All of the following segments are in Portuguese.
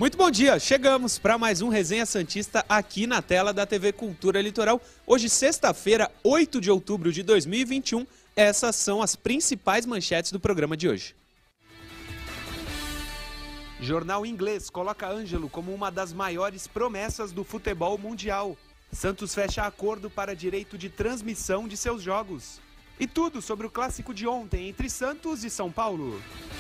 Muito bom dia, chegamos para mais um Resenha Santista aqui na tela da TV Cultura Litoral. Hoje, sexta-feira, 8 de outubro de 2021, essas são as principais manchetes do programa de hoje. Jornal inglês coloca Ângelo como uma das maiores promessas do futebol mundial. Santos fecha acordo para direito de transmissão de seus jogos. E tudo sobre o clássico de ontem entre Santos e São Paulo.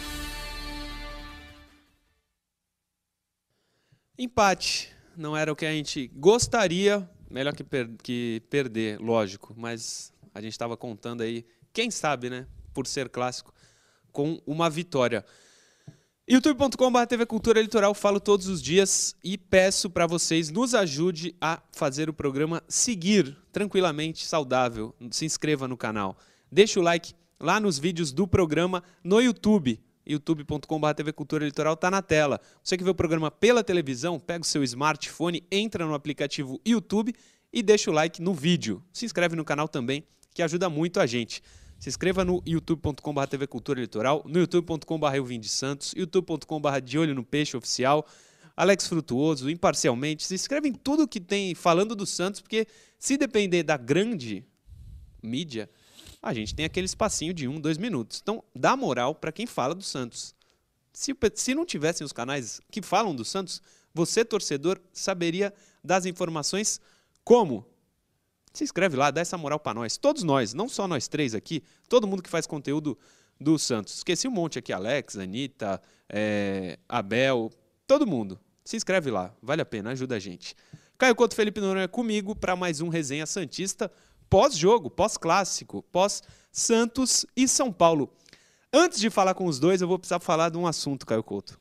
Empate. Não era o que a gente gostaria, melhor que perder, lógico. Mas a gente estava contando aí, quem sabe, né, por ser clássico, com uma vitória. youtube.com/TV Cultura Litoral, falo todos os dias e peço para vocês, nos ajude a fazer o programa seguir tranquilamente, saudável. Se inscreva no canal. Deixa o like lá nos vídeos do programa no YouTube. youtube.com/TV Cultura Litoral está na tela. Você que vê o programa pela televisão, pega o seu smartphone, entra no aplicativo YouTube e deixa o like no vídeo. Se inscreve no canal também, que ajuda muito a gente. Se inscreva no youtube.com/TV Cultura Litoral, no youtube.com/Eu Vim de Santos, youtube.com/De Olho no Peixe Oficial, Alex Frutuoso, Imparcialmente. Se inscreve em tudo que tem falando do Santos, porque se depender da grande mídia, a gente tem aquele espacinho de 1, 2 minutos. Então, dá moral para quem fala do Santos. Se não tivessem os canais que falam do Santos, você, torcedor, saberia das informações como? Se inscreve lá, dá essa moral para nós. Todos nós, não só nós três aqui, todo mundo que faz conteúdo do Santos. Esqueci um monte aqui, Alex, Anitta, Abel, todo mundo. Se inscreve lá, vale a pena, ajuda a gente. Caio Couto, Felipe Noronha comigo para mais um Resenha Santista, pós-jogo, pós-clássico, pós-Santos e São Paulo. Antes de falar com os dois, eu vou precisar falar de um assunto, Caio Couto.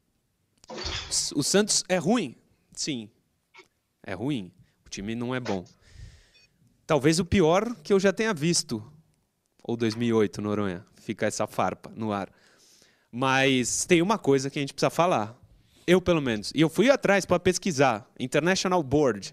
O Santos é ruim? Sim, é ruim. O time não é bom. Talvez o pior que eu já tenha visto. Ou 2008, Noronha. Fica essa farpa no ar. Mas tem uma coisa que a gente precisa falar. Eu, pelo menos. E eu fui atrás para pesquisar. International Board.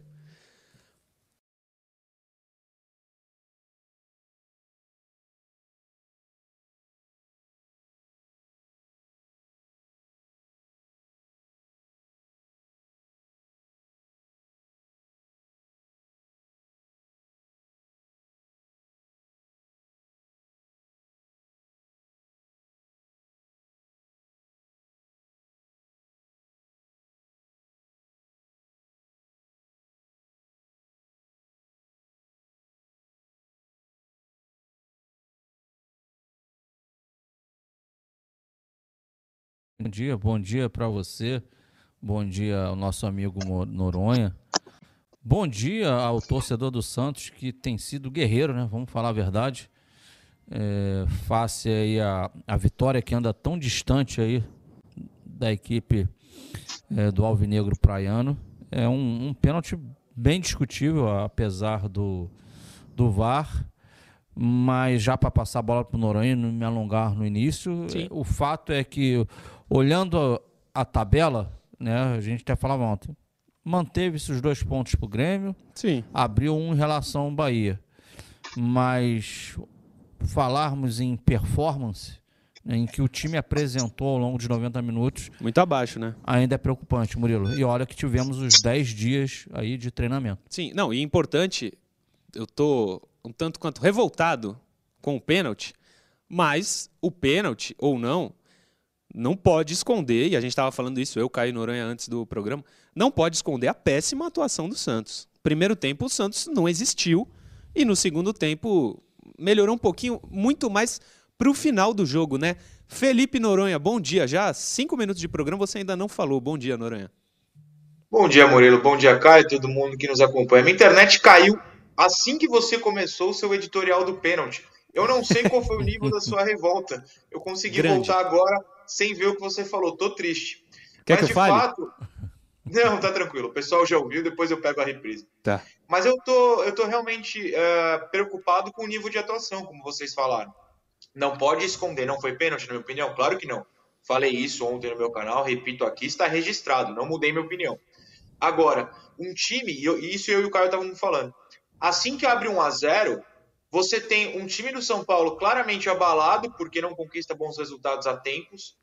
Bom dia para você, bom dia ao nosso amigo Noronha, bom dia ao torcedor do Santos que tem sido guerreiro, né? Vamos falar a verdade, face aí a vitória que anda tão distante aí da equipe do Alvinegro Praiano. É um pênalti bem discutível, apesar do VAR. Mas já para passar a bola para o Noronha e não me alongar no início, o fato é que, olhando a tabela, né, a gente até falava ontem, manteve-se os 2 pontos para o Grêmio, abriu um em relação ao Bahia. Mas falarmos em performance, né, em que o time apresentou ao longo de 90 minutos... Muito abaixo, né? Ainda é preocupante, Murilo. E olha que tivemos os 10 dias aí de treinamento. Sim, não, e importante, eu tô um tanto quanto revoltado com o pênalti, mas o pênalti, ou não pode esconder, e a gente estava falando isso, eu, Caio Noronha, antes do programa, não pode esconder a péssima atuação do Santos. Primeiro tempo, o Santos não existiu, e no segundo tempo melhorou um pouquinho, muito mais para o final do jogo, né? Felipe Noronha, bom dia. Já 5 minutos de programa, você ainda não falou. Bom dia, Noronha. Bom dia, Murilo. Bom dia, Caio, todo mundo que nos acompanha. Minha internet caiu assim que você começou o seu editorial do pênalti. Eu não sei qual foi o nível da sua revolta. Eu consegui voltar agora sem ver o que você falou. Tô triste. Quer que eu fale? Fato... Não, tá tranquilo. O pessoal já ouviu, depois eu pego a reprise. Tá. Mas eu tô realmente preocupado com o nível de atuação, como vocês falaram. Não pode esconder. Não foi pênalti, na minha opinião? Claro que não. Falei isso ontem no meu canal, repito aqui, está registrado. Não mudei minha opinião. Agora, um time, e isso eu e o Caio estávamos falando, assim que abre 1-0, você tem um time do São Paulo claramente abalado, porque não conquista bons resultados há tempos.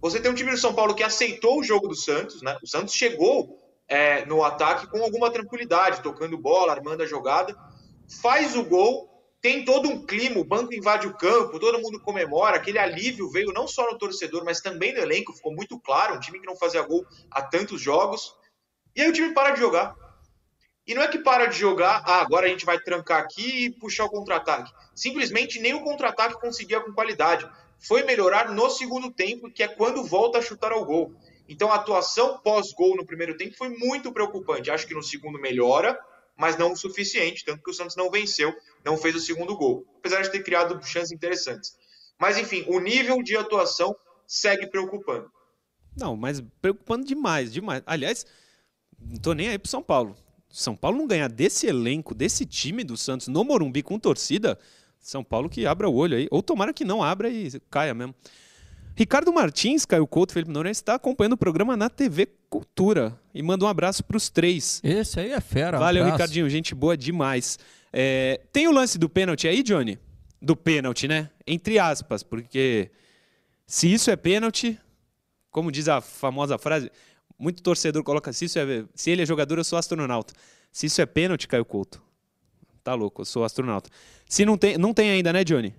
você tem um time do São Paulo que aceitou o jogo do Santos, né? O Santos chegou no ataque com alguma tranquilidade, tocando bola, armando a jogada, faz o gol, tem todo um clima, o banco invade o campo, todo mundo comemora, aquele alívio veio não só no torcedor, mas também no elenco, ficou muito claro, um time que não fazia gol há tantos jogos, e aí o time para de jogar. E não é que para de jogar, agora a gente vai trancar aqui e puxar o contra-ataque. Simplesmente nem o contra-ataque conseguia com qualidade. Foi melhorar no segundo tempo, que é quando volta a chutar ao gol. Então a atuação pós-gol no primeiro tempo foi muito preocupante. Acho que no segundo melhora, mas não o suficiente, tanto que o Santos não venceu, não fez o segundo gol. Apesar de ter criado chances interessantes. Mas enfim, o nível de atuação segue preocupando. Não, mas preocupando demais, demais. Aliás, não tô nem aí pro São Paulo. São Paulo não ganhar desse elenco, desse time do Santos no Morumbi com torcida, São Paulo que abra o olho aí. Ou tomara que não abra e caia mesmo. Ricardo Martins, Caio Couto, Felipe Noronha, está acompanhando o programa na TV Cultura. E manda um abraço para os três. Esse aí é fera. Valeu, abraço. Ricardinho. Gente boa demais. Tem o lance do pênalti aí, Johnny? Do pênalti, né? Entre aspas, porque se isso é pênalti, como diz a famosa frase... Muito torcedor coloca, se ele é jogador, eu sou astronauta. Se isso é pênalti, Caio Couto. Tá louco, eu sou astronauta. Se não tem ainda, né, Johnny?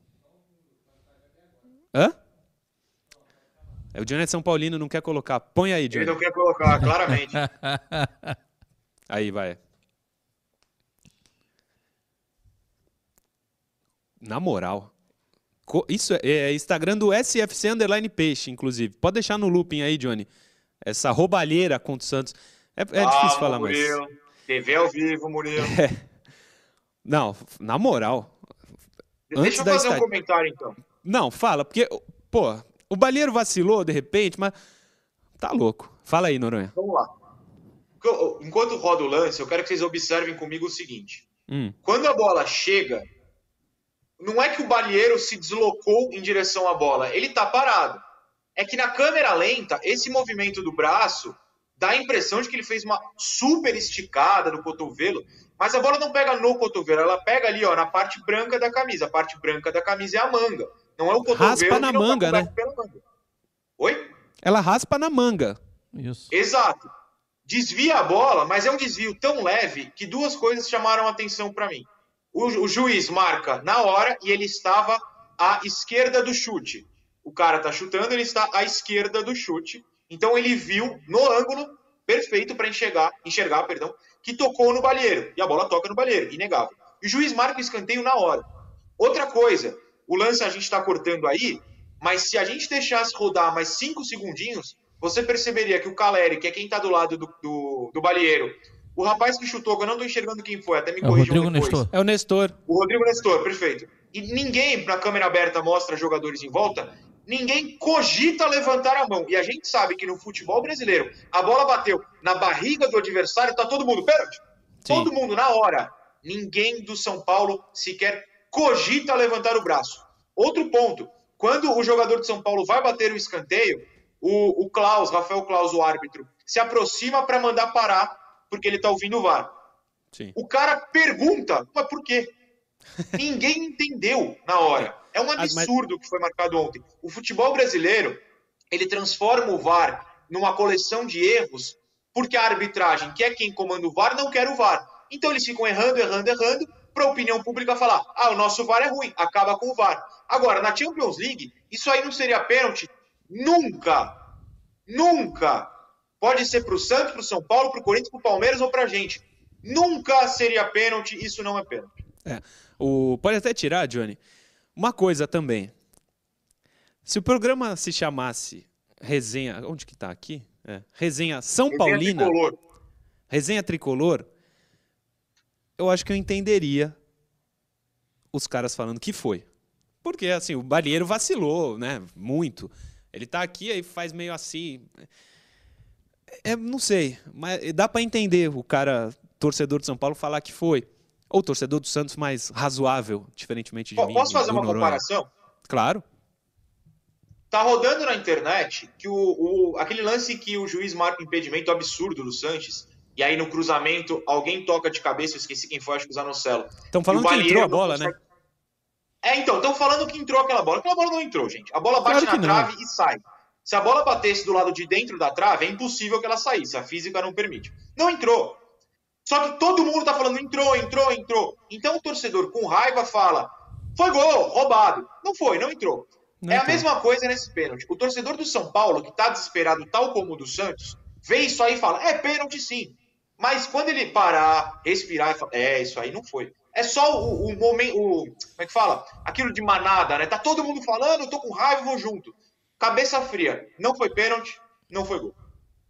Hã? O Johnny é São Paulino, não quer colocar. Põe aí, Johnny. Ele não quer colocar, claramente. Aí, vai. Na moral. Isso é Instagram do SFC_Peixe, inclusive. Pode deixar no looping aí, Johnny. Essa roubalheira contra o Santos. É difícil falar mais. Murilo. TV ao vivo, Murilo. Não, na moral. Deixa eu fazer um comentário, então. Não, fala, porque, pô, o Balheiro vacilou de repente, mas tá louco. Fala aí, Noronha. Vamos lá. Enquanto roda o lance, eu quero que vocês observem comigo o seguinte. Quando a bola chega, não é que o Balheiro se deslocou em direção à bola. Ele tá parado. É que na câmera lenta, esse movimento do braço dá a impressão de que ele fez uma super esticada no cotovelo, mas a bola não pega no cotovelo, ela pega ali, ó, na parte branca da camisa. A parte branca da camisa é a manga. Não é o cotovelo. Raspa na manga, né? Manga. Oi? Ela raspa na manga. Isso. Exato. Desvia a bola, mas é um desvio tão leve que duas coisas chamaram a atenção para mim. O juiz marca na hora e ele estava à esquerda do chute. O cara tá chutando, ele está à esquerda do chute. Então ele viu no ângulo perfeito para enxergar, que tocou no Balheiro. E a bola toca no Balheiro, inegável. E o juiz marca o escanteio na hora. Outra coisa, o lance a gente está cortando aí, mas se a gente deixasse rodar mais 5 segundinhos, você perceberia que o Caleri, que é quem está do lado do Balheiro, o rapaz que chutou, que eu não estou enxergando quem foi, até me corrijam depois. Nestor. É o Nestor. O Rodrigo Nestor, perfeito. E ninguém, na câmera aberta, mostra jogadores em volta, ninguém cogita levantar a mão. E a gente sabe que no futebol brasileiro, a bola bateu na barriga do adversário, tá todo mundo, pênalti. Todo mundo na hora. Ninguém do São Paulo sequer cogita levantar o braço. Outro ponto, quando o jogador de São Paulo vai bater o escanteio, o Klaus, Rafael Klaus, o árbitro, se aproxima para mandar parar, porque ele tá ouvindo o VAR. Sim. O cara pergunta, mas por quê? Ninguém entendeu na hora. É um absurdo o que foi marcado ontem. O futebol brasileiro, ele transforma o VAR numa coleção de erros, porque a arbitragem, que é quem comanda o VAR, não quer o VAR. Então eles ficam errando, para a opinião pública falar, o nosso VAR é ruim, acaba com o VAR. Agora, na Champions League, isso aí não seria pênalti? Nunca! Nunca! Pode ser para o Santos, para o São Paulo, para o Corinthians, para o Palmeiras ou para a gente. Nunca seria pênalti, isso não é pênalti. Pode até tirar, Johnny. Uma coisa também. Se o programa se chamasse Resenha... Onde que tá aqui? Resenha São Paulina. Tricolor. Resenha Tricolor. Eu acho que eu entenderia os caras falando que foi. Porque, assim, o Balheiro vacilou, né? Muito. Ele tá aqui, aí faz meio assim... não sei, mas dá para entender o cara, torcedor de São Paulo, falar que foi. Ou torcedor do Santos mais razoável, diferentemente de mim. Posso fazer uma Noronha. comparação? Claro. Tá rodando na internet que aquele lance que o juiz marca o impedimento absurdo do Sanches, e aí no cruzamento alguém toca de cabeça, eu esqueci quem foi, acho que o Zanocelo. Estão falando que entrou a bola, né? Então, estão falando que entrou aquela bola. Aquela bola não entrou, gente. A bola bate Claro na trave e sai. Se a bola batesse do lado de dentro da trave, é impossível que ela saísse. A física não permite. Não entrou. Só que todo mundo tá falando entrou. Então o torcedor com raiva fala, foi gol, roubado. Não foi, não entrou. É a mesma coisa nesse pênalti. O torcedor do São Paulo, que tá desesperado tal como o do Santos, vê isso aí e fala, é pênalti sim. Mas quando ele parar, respirar e falar, isso aí não foi. É só o momento, como é que fala? Aquilo de manada, né? Tá todo mundo falando, eu tô com raiva, vou junto. Cabeça fria. Não foi pênalti, não foi gol.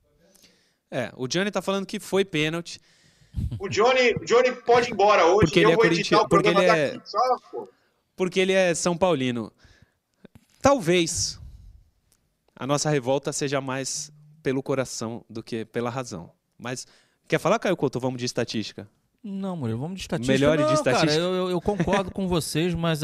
O Johnny tá falando que foi pênalti. O Johnny pode ir embora hoje, porque ele eu vou editar o programa daqui. Porque ele é São Paulino. Talvez a nossa revolta seja mais pelo coração do que pela razão. Mas quer falar, Caio Couto? Vamos de estatística? Não, Murilo, vamos de estatística. Melhor de estatística? Cara, eu concordo com vocês, mas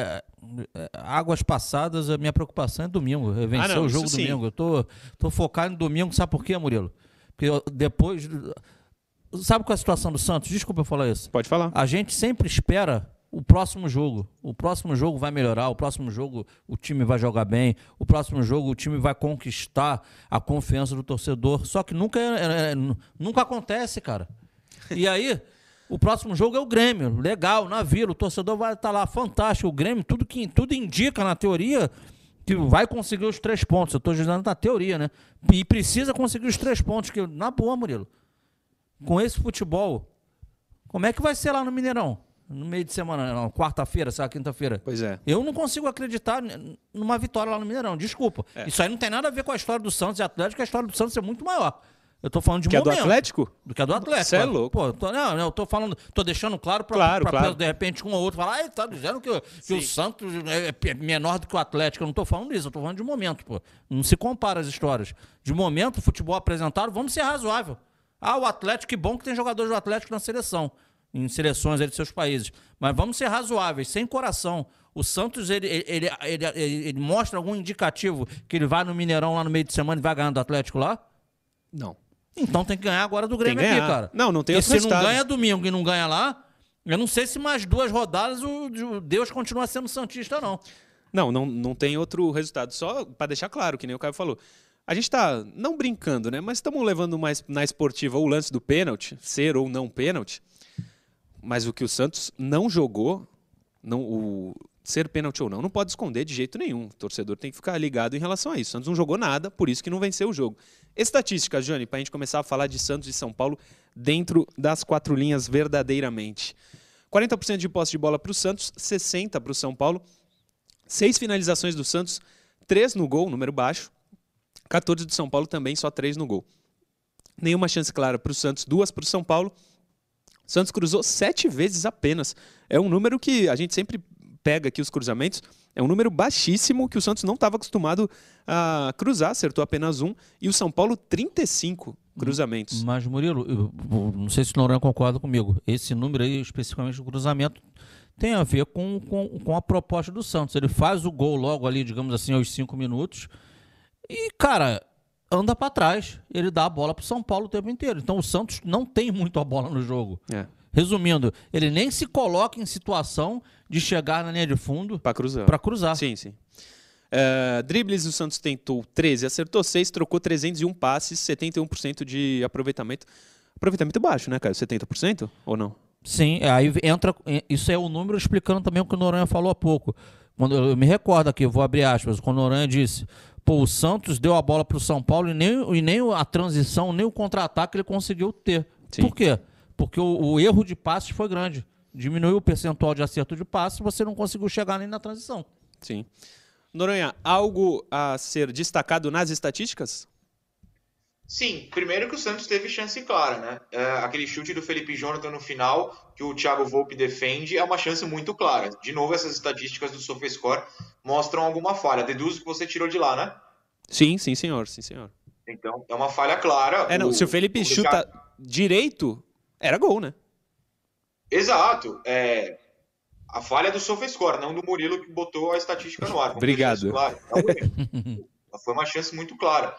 águas passadas, a minha preocupação é domingo. É vencer o jogo domingo. Eu tô focado em domingo, sabe por quê, Murilo? Porque depois... Sabe qual é a situação do Santos? Desculpa eu falar isso. Pode falar. A gente sempre espera o próximo jogo. O próximo jogo vai melhorar, o próximo jogo o time vai jogar bem, o próximo jogo o time vai conquistar a confiança do torcedor. Só que nunca acontece, cara. E aí... O próximo jogo é o Grêmio, legal, na Vila, o torcedor vai estar lá, fantástico, o Grêmio, tudo indica na teoria que vai conseguir os 3 pontos, eu estou dizendo na teoria, né? E precisa conseguir os 3 pontos, que na boa, Murilo, com esse futebol, como é que vai ser lá no Mineirão? No meio de semana, quarta-feira, sabe, quinta-feira. Pois é. Eu não consigo acreditar numa vitória lá no Mineirão, desculpa. Isso aí não tem nada a ver com a história do Santos e Atlético, a história do Santos é muito maior. Eu tô falando de momento. Que é do Atlético? Do que é do Atlético. Você é louco. Pô, eu tô falando, tô deixando claro Claro. de repente um ou outro falar, tá dizendo que o Santos é menor do que o Atlético. Eu não tô falando disso, eu tô falando de momento, pô. Não se compara as histórias. De momento, futebol apresentado, vamos ser razoável. O Atlético, que bom que tem jogadores do Atlético na seleção, em seleções aí de seus países. Mas vamos ser razoáveis, sem coração. O Santos, ele mostra algum indicativo que ele vai no Mineirão lá no meio de semana e vai ganhar do Atlético lá? Não. Então tem que ganhar agora do Grêmio aqui, cara. Não tem outro resultado. Se não ganha domingo e não ganha lá, eu não sei se mais 2 rodadas o Deus continua sendo santista, não. Não tem outro resultado. Só para deixar claro, que nem o Caio falou. A gente tá, não brincando, né? Mas estamos levando mais na esportiva o lance do pênalti, ser ou não pênalti. Mas o que o Santos não jogou, ser pênalti ou não pode esconder de jeito nenhum. O torcedor tem que ficar ligado em relação a isso. O Santos não jogou nada, por isso que não venceu o jogo. Estatísticas, Johnny, para a gente começar a falar de Santos e São Paulo dentro das 4 linhas verdadeiramente. 40% de posse de bola para o Santos, 60% para o São Paulo. 6 finalizações do Santos, 3 no gol, número baixo. 14 do São Paulo também, só 3 no gol. Nenhuma chance clara para o Santos, 2 para o São Paulo. O Santos cruzou 7 vezes apenas. É um número que a gente sempre pega aqui os cruzamentos, é um número baixíssimo que o Santos não estava acostumado a cruzar, acertou apenas 1, e o São Paulo 35 cruzamentos. Mas, Murilo, eu não sei se o Noronha concorda comigo, esse número aí, especificamente do cruzamento, tem a ver com a proposta do Santos. Ele faz o gol logo ali, digamos assim, aos 5 minutos, e, cara, anda para trás, ele dá a bola para o São Paulo o tempo inteiro. Então o Santos não tem muito a bola no jogo. Resumindo, ele nem se coloca em situação de chegar na linha de fundo para cruzar. Sim. Dribles, o Santos tentou 13, acertou 6, trocou 301 passes, 71% de aproveitamento. Aproveitamento baixo, né, Caio? 70% ou não? Sim, aí entra. Isso é o número explicando também o que o Noronha falou há pouco. Quando eu me recordo aqui, eu vou abrir aspas, quando o Noronha disse: o Santos deu a bola para o São Paulo e nem a transição, nem o contra-ataque ele conseguiu ter. Sim. Por quê? Porque o erro de passes foi grande. Diminuiu o percentual de acerto de passe, você não conseguiu chegar nem na transição. Sim. Noronha, algo a ser destacado nas estatísticas? Sim, primeiro que o Santos teve chance clara, né? Aquele chute do Felipe Jonathan no final, que o Thiago Volpi defende, é uma chance muito clara. De novo, essas estatísticas do SofaScore mostram alguma falha. Deduzo que você tirou de lá, né? Sim, senhor. Então, é uma falha clara. Se o Felipe chuta direito, era gol, né? Exato. A falha do SofaScore, não do Murilo que botou a estatística no ar. Obrigado. Foi uma chance muito clara.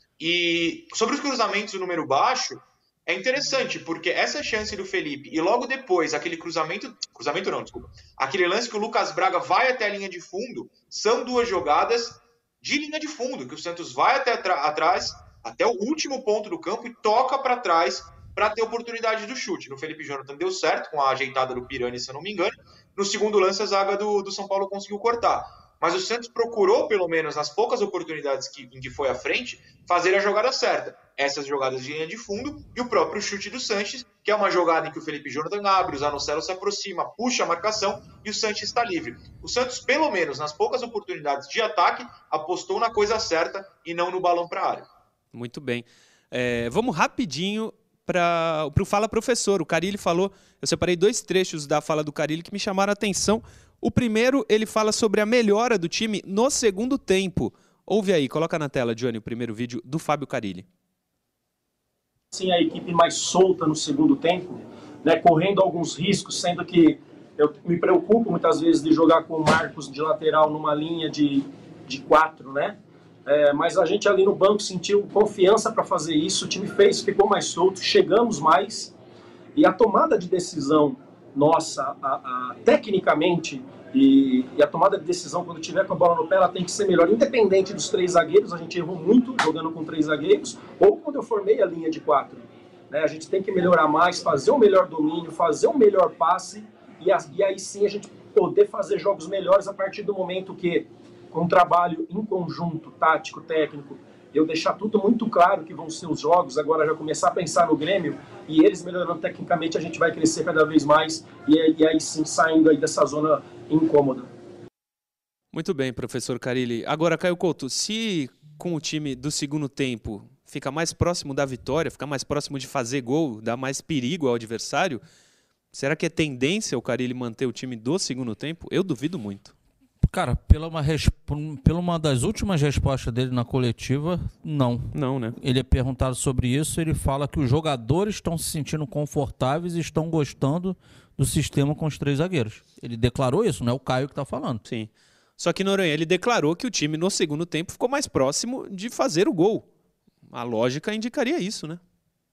E sobre os cruzamentos do número baixo, é interessante, porque essa chance do Felipe e logo depois aquele aquele lance que o Lucas Braga vai até a linha de fundo, são 2 jogadas de linha de fundo, que o Santos vai até atrás, até o último ponto do campo e toca para trás para ter oportunidade do chute. No Felipe Jonathan deu certo com a ajeitada do Pirani, se eu não me engano. No segundo lance, a zaga do São Paulo conseguiu cortar. Mas o Santos procurou, pelo menos nas poucas oportunidades em que foi à frente, fazer a jogada certa. Essas jogadas de linha de fundo e o próprio chute do Sanches, que é uma jogada em que o Felipe Jonathan abre, o Zanocelo se aproxima, puxa a marcação e o Sanches está livre. O Santos, pelo menos nas poucas oportunidades de ataque, apostou na coisa certa e não no balão para a área. Muito bem. Vamos rapidinho para o Fala Professor. O Carille falou, eu separei 2 trechos da fala do Carille que me chamaram a atenção. O primeiro, ele fala sobre a melhora do time no segundo tempo. Ouve aí, coloca na tela, Johnny, o primeiro vídeo do Fábio Carille. Sim, a equipe mais solta no segundo tempo, né, correndo alguns riscos, sendo que eu me preocupo muitas vezes de jogar com o Marcos de lateral numa linha de 4, né? Mas a gente ali no banco sentiu confiança para fazer isso, o time ficou mais solto, chegamos mais, e a tomada de decisão nossa, tecnicamente, e a tomada de decisão quando tiver com a bola no pé, ela tem que ser melhor, independente dos 3 zagueiros. A gente errou muito jogando com 3 zagueiros, ou quando eu formei a linha de 4. Né? A gente tem que melhorar mais, fazer um melhor domínio, fazer um melhor passe, e aí sim a gente poder fazer jogos melhores a partir do momento que, com um trabalho em conjunto, tático, técnico, eu deixar tudo muito claro que vão ser os jogos, agora já começar a pensar no Grêmio, e eles melhorando tecnicamente, a gente vai crescer cada vez mais, e aí sim saindo aí dessa zona incômoda. Muito bem, professor Carille. Agora, Caio Couto, se com o time do segundo tempo fica mais próximo da vitória, fica mais próximo de fazer gol, dá mais perigo ao adversário, será que é tendência o Carille manter o time do segundo tempo? Eu duvido muito. Cara, pela uma das últimas respostas dele na coletiva, não. Não, né? Ele é perguntado sobre isso, ele fala que os jogadores estão se sentindo confortáveis e estão gostando do sistema com os 3 zagueiros. Ele declarou isso, não é o Caio que está falando. Sim. Só que Noronha, ele declarou que o time no segundo tempo ficou mais próximo de fazer o gol. A lógica indicaria isso, né?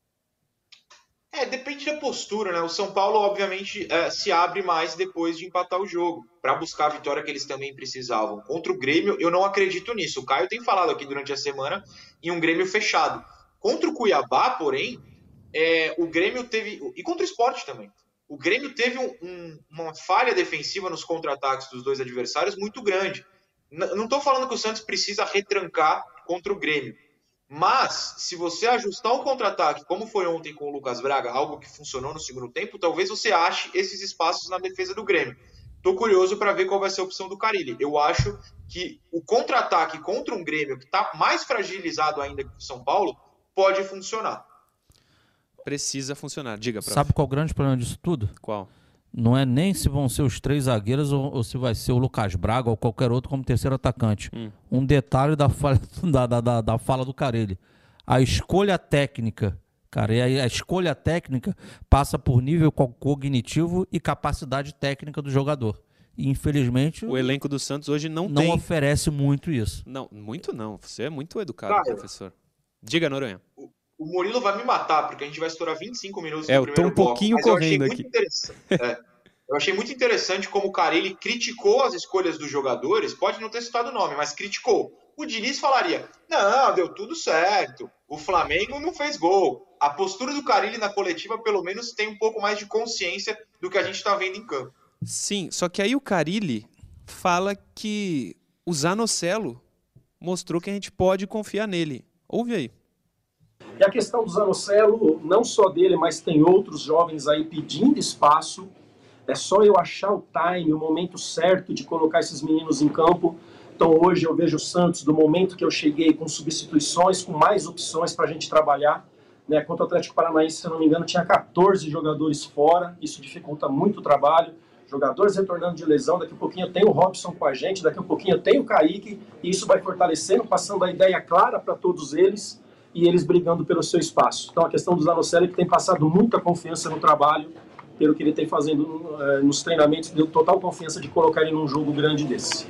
Depende da postura, né? O São Paulo, obviamente, se abre mais depois de empatar o jogo, para buscar a vitória que eles também precisavam. Contra o Grêmio, eu não acredito nisso. O Caio tem falado aqui durante a semana em um Grêmio fechado. Contra o Cuiabá, porém, o Grêmio teve... E contra o Sport também. O Grêmio teve uma falha defensiva nos contra-ataques dos 2 adversários muito grande. Não estou falando que o Santos precisa retrancar contra o Grêmio. Mas, se você ajustar um contra-ataque, como foi ontem com o Lucas Braga, algo que funcionou no segundo tempo, talvez você ache esses espaços na defesa do Grêmio. Estou curioso para ver qual vai ser a opção do Carille. Eu acho que o contra-ataque contra um Grêmio que está mais fragilizado ainda que o São Paulo pode funcionar. Precisa funcionar. Diga, prof. Sabe qual é o grande problema disso tudo? Qual? Não é nem se vão ser os 3 zagueiros ou se vai ser o Lucas Braga ou qualquer outro como terceiro atacante. Um detalhe da fala do Carille. A escolha técnica, cara, e a escolha técnica passa por nível cognitivo e capacidade técnica do jogador. E, infelizmente, o elenco do Santos hoje não oferece muito isso. Não, muito não. Você é muito educado, professor. Diga, Noronha. O Murilo vai me matar, porque a gente vai estourar 25 minutos no primeiro bloco. Eu tô um pouquinho correndo aqui. Eu achei muito interessante como o Carille criticou as escolhas dos jogadores, pode não ter citado o nome, mas criticou. O Diniz falaria, não, deu tudo certo, o Flamengo não fez gol. A postura do Carille na coletiva, pelo menos, tem um pouco mais de consciência do que a gente está vendo em campo. Sim, só que aí o Carille fala que o Zanocelo mostrou que a gente pode confiar nele. Ouve aí. E a questão do Zanocelo, não só dele, mas tem outros jovens aí pedindo espaço. É só eu achar o time, o momento certo de colocar esses meninos em campo. Então hoje eu vejo o Santos, do momento que eu cheguei, com substituições, com mais opções para a gente trabalhar. Né? Contra o Atlético Paranaense, se eu não me engano, tinha 14 jogadores fora. Isso dificulta muito o trabalho. Jogadores retornando de lesão, daqui a pouquinho eu tenho o Robson com a gente, daqui a pouquinho eu tenho o Kaique, e isso vai fortalecendo, passando a ideia clara para todos eles, e eles brigando pelo seu espaço. Então a questão do Zanocelo, que tem passado muita confiança no trabalho, pelo que ele tem fazendo nos treinamentos, deu total confiança de colocar ele num jogo grande desse.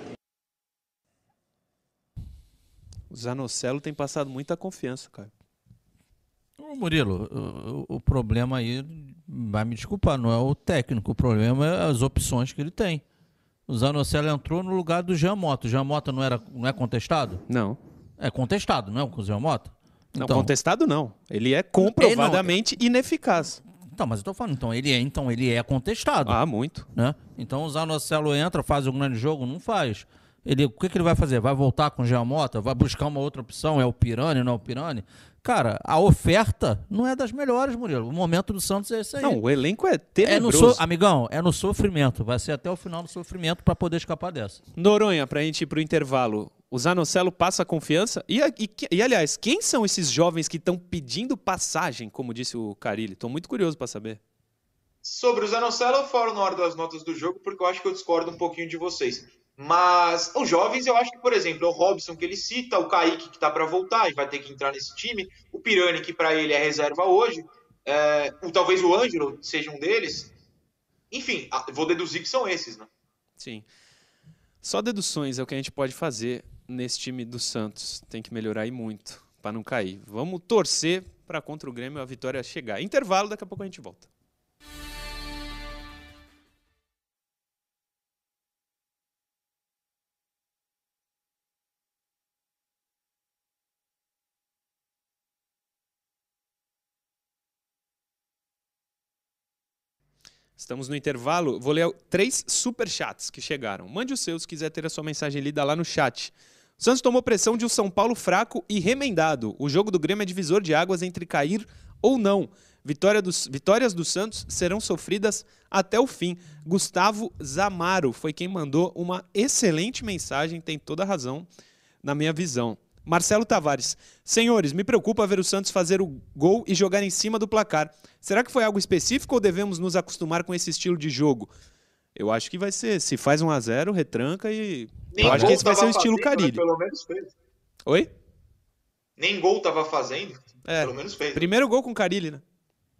O Zanocelo tem passado muita confiança, cara. Ô Murilo, o problema aí, vai me desculpar, não é o técnico, o problema é as opções que ele tem. O Zanocelo entrou no lugar do Jean Mota. O Jean Mota não é contestado? Não. É contestado, não é o Jean Mota? Não, Então, contestado não. Ele é comprovadamente ineficaz. então, mas eu tô falando, então ele é contestado. Ah, muito. Né? Então o Zanocelo entra, faz um grande jogo? Não faz. O que ele vai fazer? Vai voltar com o Jean Mota? Vai buscar uma outra opção? É o Pirani, não é o Pirani? Cara, a oferta não é das melhores, Murilo. O momento do Santos é esse aí. Não, o elenco é tenebroso. Amigão, é no sofrimento. Vai ser até o final do sofrimento para poder escapar dessa. Noronha, pra gente ir pro intervalo. O Zanocelo passa a confiança? E aliás, quem são esses jovens que estão pedindo passagem, como disse o Carille? Tô muito curioso para saber. Sobre o Zanocelo, eu falo na hora das notas do jogo, porque eu acho que eu discordo um pouquinho de vocês. Mas os jovens, eu acho que, por exemplo, é o Robson que ele cita, o Kaique que tá para voltar e vai ter que entrar nesse time, o Pirani que para ele é reserva hoje, talvez o Ângelo seja um deles. Enfim, vou deduzir que são esses, né? Sim. Só deduções é o que a gente pode fazer nesse time do Santos. Tem que melhorar aí muito para não cair. Vamos torcer para contra o Grêmio a vitória chegar. Intervalo, daqui a pouco a gente volta. Estamos no intervalo. Vou ler 3 superchats que chegaram. Mande os seus se quiser ter a sua mensagem lida lá no chat. O Santos tomou pressão de um São Paulo fraco e remendado. O jogo do Grêmio é divisor de águas entre cair ou não. Vitórias do Santos serão sofridas até o fim. Gustavo Zamaro foi quem mandou uma excelente mensagem, tem toda a razão na minha visão. Marcelo Tavares. Senhores, me preocupa ver o Santos fazer o gol e jogar em cima do placar. Será que foi algo específico ou devemos nos acostumar com esse estilo de jogo? Eu acho que vai ser, se faz 1-0, retranca e... Nem eu acho que esse vai ser o fazendo, estilo Carille. Pelo menos fez. Oi? Nem gol tava fazendo, pelo menos fez. Primeiro gol com Carille, né?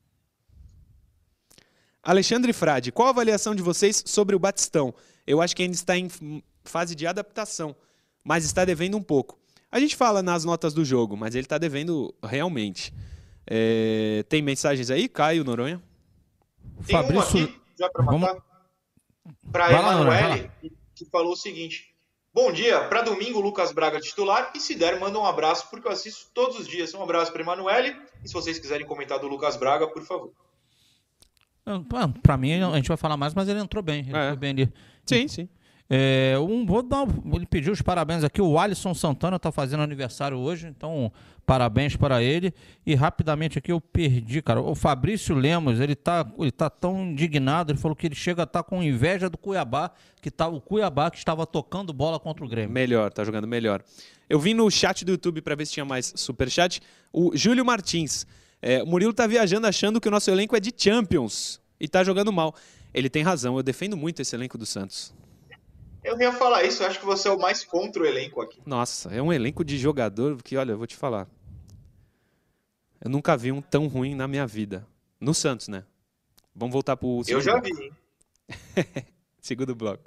Alexandre Frade, qual a avaliação de vocês sobre o Batistão? Eu acho que ainda está em fase de adaptação, mas está devendo um pouco. A gente fala nas notas do jogo, mas ele está devendo realmente. Tem mensagens aí, Caio, Noronha? Tem Fabrício... uma aqui, já para matar. Para Emanuele, que falou o seguinte: bom dia, para domingo Lucas Braga titular, e se der, manda um abraço, porque eu assisto todos os dias. Um abraço para Emanuele, e se vocês quiserem comentar do Lucas Braga, por favor. Para mim, a gente vai falar mais, mas ele entrou bem. Ele foi bem ali. Sim. Ele pediu os parabéns aqui. O Alisson Santana está fazendo aniversário hoje, então parabéns para ele. E rapidamente aqui eu perdi, cara. O Fabrício Lemos, ele tá tão indignado, ele falou que ele chega a estar com inveja do Cuiabá, o Cuiabá que estava tocando bola contra o Grêmio. Melhor, tá jogando melhor. Eu vim no chat do YouTube para ver se tinha mais superchat. O Júlio Martins. O Murilo tá viajando achando que o nosso elenco é de Champions e tá jogando mal. Ele tem razão, eu defendo muito esse elenco do Santos. Eu ia falar isso, eu acho que você é o mais contra o elenco aqui. Nossa, é um elenco de jogador que, olha, eu vou te falar. Eu nunca vi um tão ruim na minha vida. No Santos, né? Vamos voltar pro segundo Eu já bloco. vi, hein? Segundo bloco.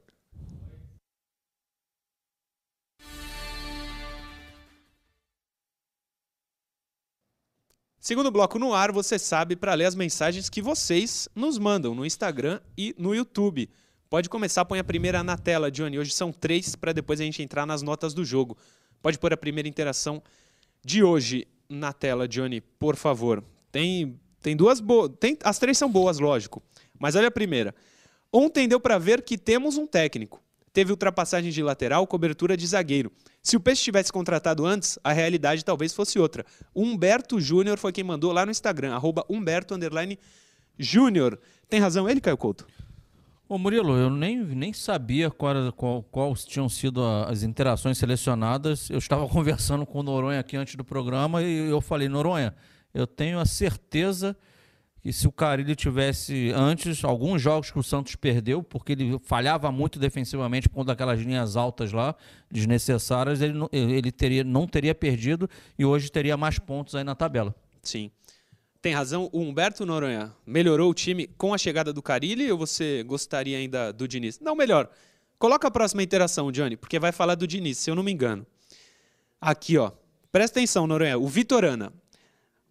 Segundo bloco no ar, você sabe, para ler as mensagens que vocês nos mandam no Instagram e no YouTube. Pode começar, põe a primeira na tela, Johnny. Hoje são 3 para depois a gente entrar nas notas do jogo. Pode pôr a primeira interação de hoje na tela, Johnny, por favor. Tem duas boas. As 3 são boas, lógico. Mas olha a primeira. Ontem deu para ver que temos um técnico. Teve ultrapassagem de lateral, cobertura de zagueiro. Se o Peixe tivesse contratado antes, a realidade talvez fosse outra. O Humberto Júnior foi quem mandou lá no Instagram, @Humberto_Júnior. Tem razão ele, Caio Couto? Ô Murilo, eu nem sabia quais tinham sido as interações selecionadas. Eu estava conversando com o Noronha aqui antes do programa e eu falei, Noronha, eu tenho a certeza que se o Carille tivesse antes, alguns jogos que o Santos perdeu, porque ele falhava muito defensivamente por conta daquelas linhas altas lá, desnecessárias, ele não teria perdido e hoje teria mais pontos aí na tabela. Sim. Tem razão, o Humberto, Noronha melhorou o time com a chegada do Carille ou você gostaria ainda do Diniz? Não, melhor. Coloca a próxima interação, Johnny, porque vai falar do Diniz, se eu não me engano. Aqui, ó. Presta atenção, Noronha. O Vitorana.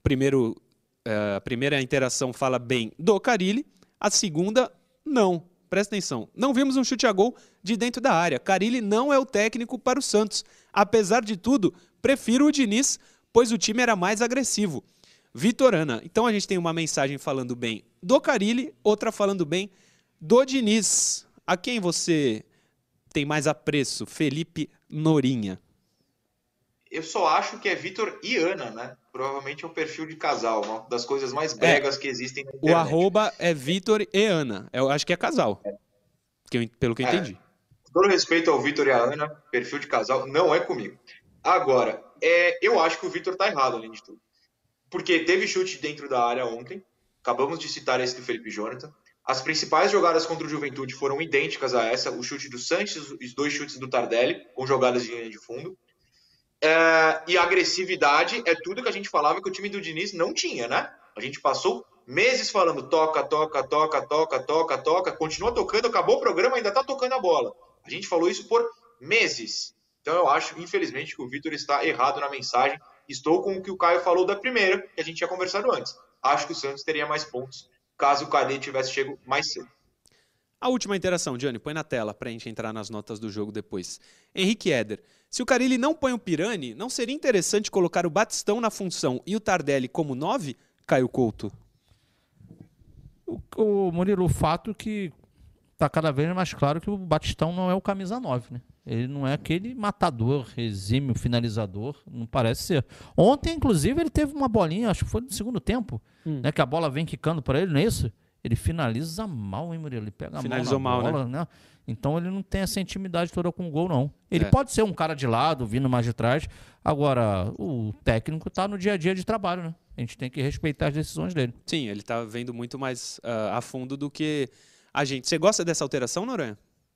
A primeira interação fala bem do Carille, a segunda, não. presta atenção. Não vimos um chute a gol de dentro da área. Carille não é o técnico para o Santos. Apesar de tudo, prefiro o Diniz, pois o time era mais agressivo. Vitorana. Então a gente tem uma mensagem falando bem do Carille, outra falando bem do Diniz. A quem você tem mais apreço? Felipe Norinha. Eu só acho que é Vitor e Ana, né? Provavelmente é um perfil de casal, uma das coisas mais bregas que existem na internet. O arroba é Vitor e Ana. Eu acho que é casal. Pelo que eu entendi. Com todo respeito ao Vitor e a Ana, perfil de casal não é comigo. Agora, eu acho que o Vitor tá errado, além de tudo. Porque teve chute dentro da área ontem. Acabamos de citar esse do Felipe Jonathan. As principais jogadas contra o Juventude foram idênticas a essa. O chute do Sanches, os 2 chutes do Tardelli, com jogadas de linha de fundo. E a agressividade é tudo que a gente falava que o time do Diniz não tinha, né? A gente passou meses falando toca, toca, toca, toca, toca, toca, continua tocando, acabou o programa, ainda tá tocando a bola. A gente falou isso por meses. Então eu acho, infelizmente, que o Vitor está errado na mensagem. Estou com o que o Caio falou da primeira, que a gente tinha conversado antes. Acho que o Santos teria mais pontos caso o Carille tivesse chego mais cedo. A última interação, Gianni, põe na tela para a gente entrar nas notas do jogo depois. Henrique Eder. Se o Carille não põe o Pirani, não seria interessante colocar o Batistão na função e o Tardelli como 9? Caio Couto. O Murilo, o fato que tá cada vez mais claro que o Batistão não é o camisa 9, né? Ele não é aquele matador, exímio, finalizador, não parece ser. Ontem, inclusive, ele teve uma bolinha, acho que foi no segundo tempo, né? Que a bola vem quicando para ele, não é isso? Ele finaliza mal, hein, Murilo? Ele pega a Finalizou mão na mal, bola, né? Então ele não tem essa intimidade toda com o gol, não. Ele pode ser um cara de lado, vindo mais de trás. Agora, o técnico tá no dia a dia de trabalho, né? A gente tem que respeitar as decisões dele. Sim, ele tá vendo muito mais a fundo do que a gente. Você gosta dessa alteração, Noronha?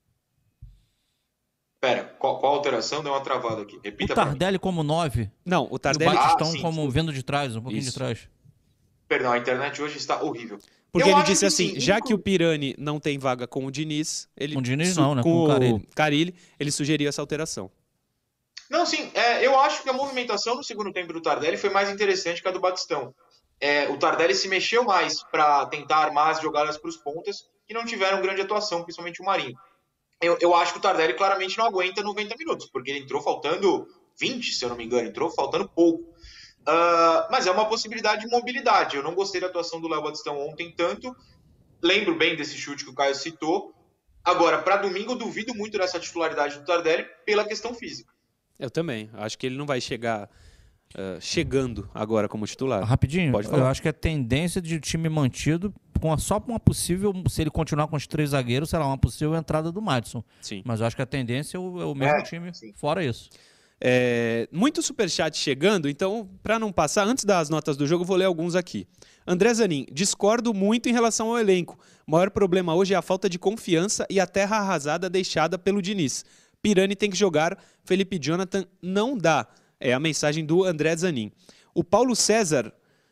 Pera, qual alteração? Deu uma travada aqui. Repita o Tardelli como 9. Não, o Tardelli... E o Batistão sim, como vindo de trás, um pouquinho Isso. de trás. Perdão, a internet hoje está horrível. Porque Eu ele acho disse que assim, sim, já que o Pirani não tem vaga com o Diniz, ele Com o Diniz não, né? com Com o Carille. Carille, ele sugeriu essa alteração. Não, sim, eu acho que a movimentação no segundo tempo do Tardelli foi mais interessante que a do Batistão. O Tardelli se mexeu mais para tentar armar as jogadas para os pontas que não tiveram grande atuação, principalmente o Marinho. Eu acho que o Tardelli claramente não aguenta 90 minutos, porque ele entrou faltando 20, se eu não me engano, entrou faltando pouco. Mas é uma possibilidade de mobilidade. Eu não gostei da atuação do Léo Batistão ontem tanto. Lembro bem desse chute que o Caio citou. Agora, para domingo, eu duvido muito dessa titularidade do Tardelli pela questão física. Eu também. Acho que ele não vai chegar chegando agora como titular. Rapidinho, Pode falar. eu acho que a tendência de time mantido só com uma possível, se ele continuar com os 3 zagueiros, será uma possível entrada do Madison. Sim. Mas eu acho que a tendência é o mesmo time, sim. fora isso. Muito superchat chegando, então, para não passar, antes das notas do jogo, eu vou ler alguns aqui. André Zanin, discordo muito em relação ao elenco. O maior problema hoje é a falta de confiança e a terra arrasada deixada pelo Diniz. Pirani tem que jogar, Felipe Jonathan não dá. É a mensagem do André Zanin. O Paulo César,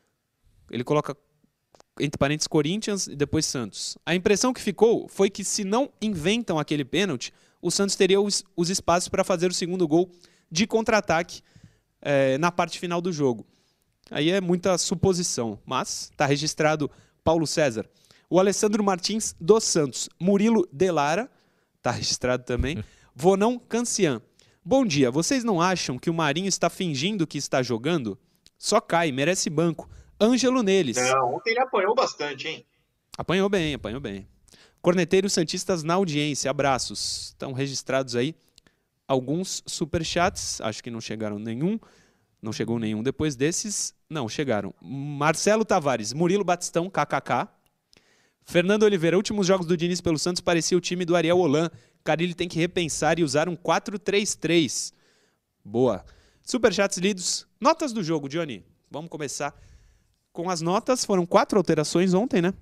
ele coloca entre parênteses Corinthians e depois Santos. A impressão que ficou foi que se não inventam aquele pênalti, o Santos teria os espaços para fazer o segundo gol de contra-ataque na parte final do jogo. Aí é muita suposição, mas está registrado Paulo César. O Alessandro Martins dos Santos. Murilo Delara, está registrado também. Vonão Cancian. Bom dia, vocês não acham que o Marinho está fingindo que está jogando? Só cai, merece banco. Ângelo neles. Não, ontem ele apanhou bastante, hein? Apanhou bem, apanhou bem. Corneteiros Santistas na audiência, abraços. Estão registrados aí alguns superchats, acho que não chegaram nenhum. Não chegou nenhum depois desses. Não, chegaram. Marcelo Tavares, Murilo Batistão, KKK. Fernando Oliveira, últimos jogos do Diniz pelo Santos parecia o time do Ariel Holan. Carille tem que repensar e usar um 4-3-3. Boa. Superchats lidos. Notas do jogo, Johnny. Vamos começar com as notas. Foram 4 alterações ontem, né?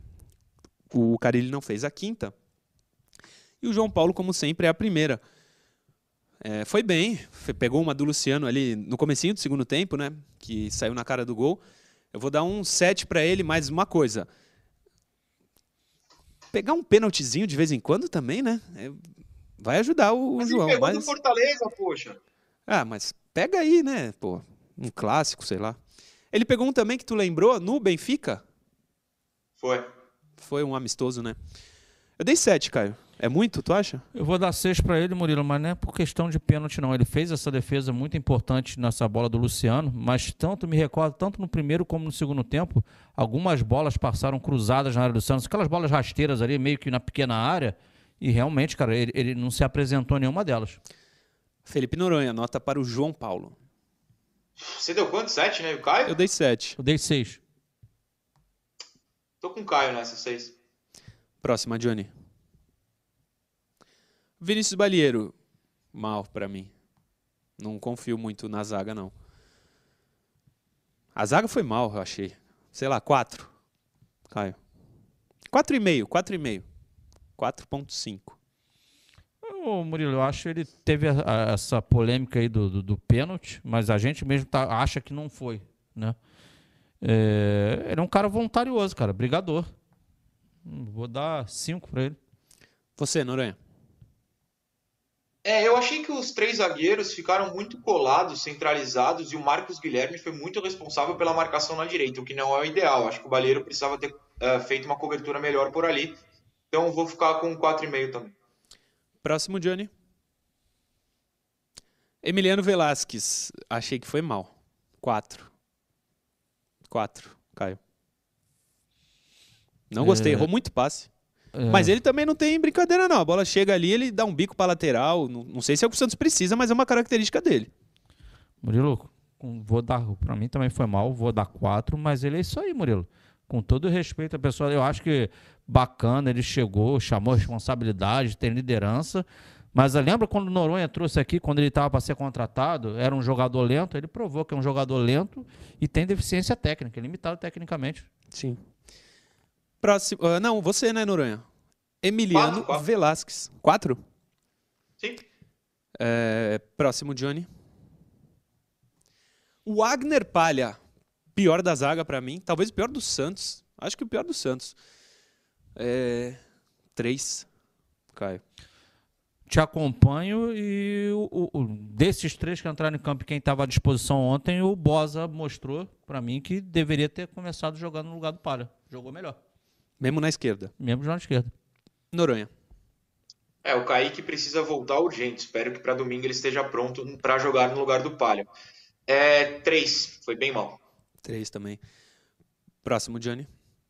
O Carille não fez a quinta. E o João Paulo, como sempre, é a primeira. Foi bem. Pegou uma do Luciano ali no comecinho do segundo tempo, né? Que saiu na cara do gol. Eu vou dar um 7 para ele, mais uma coisa. Pegar um pênaltizinho de vez em quando também, né? Vai ajudar o João. Ele pegou do Fortaleza, poxa. Mas pega aí, né? Pô, um clássico, sei lá. Ele pegou um também que tu lembrou no Benfica? Foi. Foi um amistoso, né? Eu dei 7, Caio. É muito, tu acha? Eu vou dar 6 para ele, Murilo, mas não é por questão de pênalti, não. Ele fez essa defesa muito importante nessa bola do Luciano, mas me recordo, tanto no primeiro como no segundo tempo, algumas bolas passaram cruzadas na área do Santos, aquelas bolas rasteiras ali, meio que na pequena área, e realmente, cara, ele não se apresentou em nenhuma delas. Felipe Noronha, nota para o João Paulo. Você deu quanto? 7, né? E o Caio? Eu dei 7. Eu dei 6. Tô com o Caio nessa 6. Próxima, Johnny. Vinícius Balieiro, mal pra mim. Não confio muito na zaga, não. A zaga foi mal, eu achei. Sei lá, 4. Caio. 4,5, 4,5. 4,5. Ô, Murilo, eu acho que ele teve essa polêmica aí do pênalti, mas a gente mesmo acha que não foi, né? Ele é um cara voluntarioso, cara, brigador. Vou dar 5 pra ele. Você, Noronha. Eu achei que os 3 zagueiros ficaram muito colados, centralizados, e o Marcos Guilherme foi muito responsável pela marcação na direita, o que não é o ideal. Acho que o Balieiro precisava ter feito uma cobertura melhor por ali. Então vou ficar com 4,5 também. Próximo, Johnny. Emiliano Velasquez. Achei que foi mal. 4. 4, Caio. Não gostei, errou muito passe. Mas ele também não tem brincadeira, não. A bola chega ali, ele dá um bico para lateral. Não sei se é o que o Santos precisa, mas é uma característica dele. Murilo, pra mim também foi mal, vou dar 4, mas ele é isso aí, Murilo. Com todo o respeito à pessoa, eu acho que bacana, ele chegou, chamou a responsabilidade, tem liderança. Mas lembra quando o Noronha trouxe aqui, quando ele estava para ser contratado, era um jogador lento, ele provou que é um jogador lento e tem deficiência técnica, limitado tecnicamente. Sim. Próximo. Não, você, né, Noronha? Emiliano 4. Velasquez. 4? Sim. Próximo, Johnny. O Wagner Palha. Pior da zaga pra mim. Talvez o pior do Santos. Acho que o pior do Santos. 3. Caio. Te acompanho e desses 3 que entraram em campo, quem estava à disposição ontem, o Boza mostrou pra mim que deveria ter começado jogando no lugar do Palha. Jogou melhor. Mesmo na esquerda. Mesmo na esquerda. Noronha. O Kaique precisa voltar urgente. Espero que para domingo ele esteja pronto para jogar no lugar do Palha. 3. Foi bem mal. 3 também. Próximo, Johnny.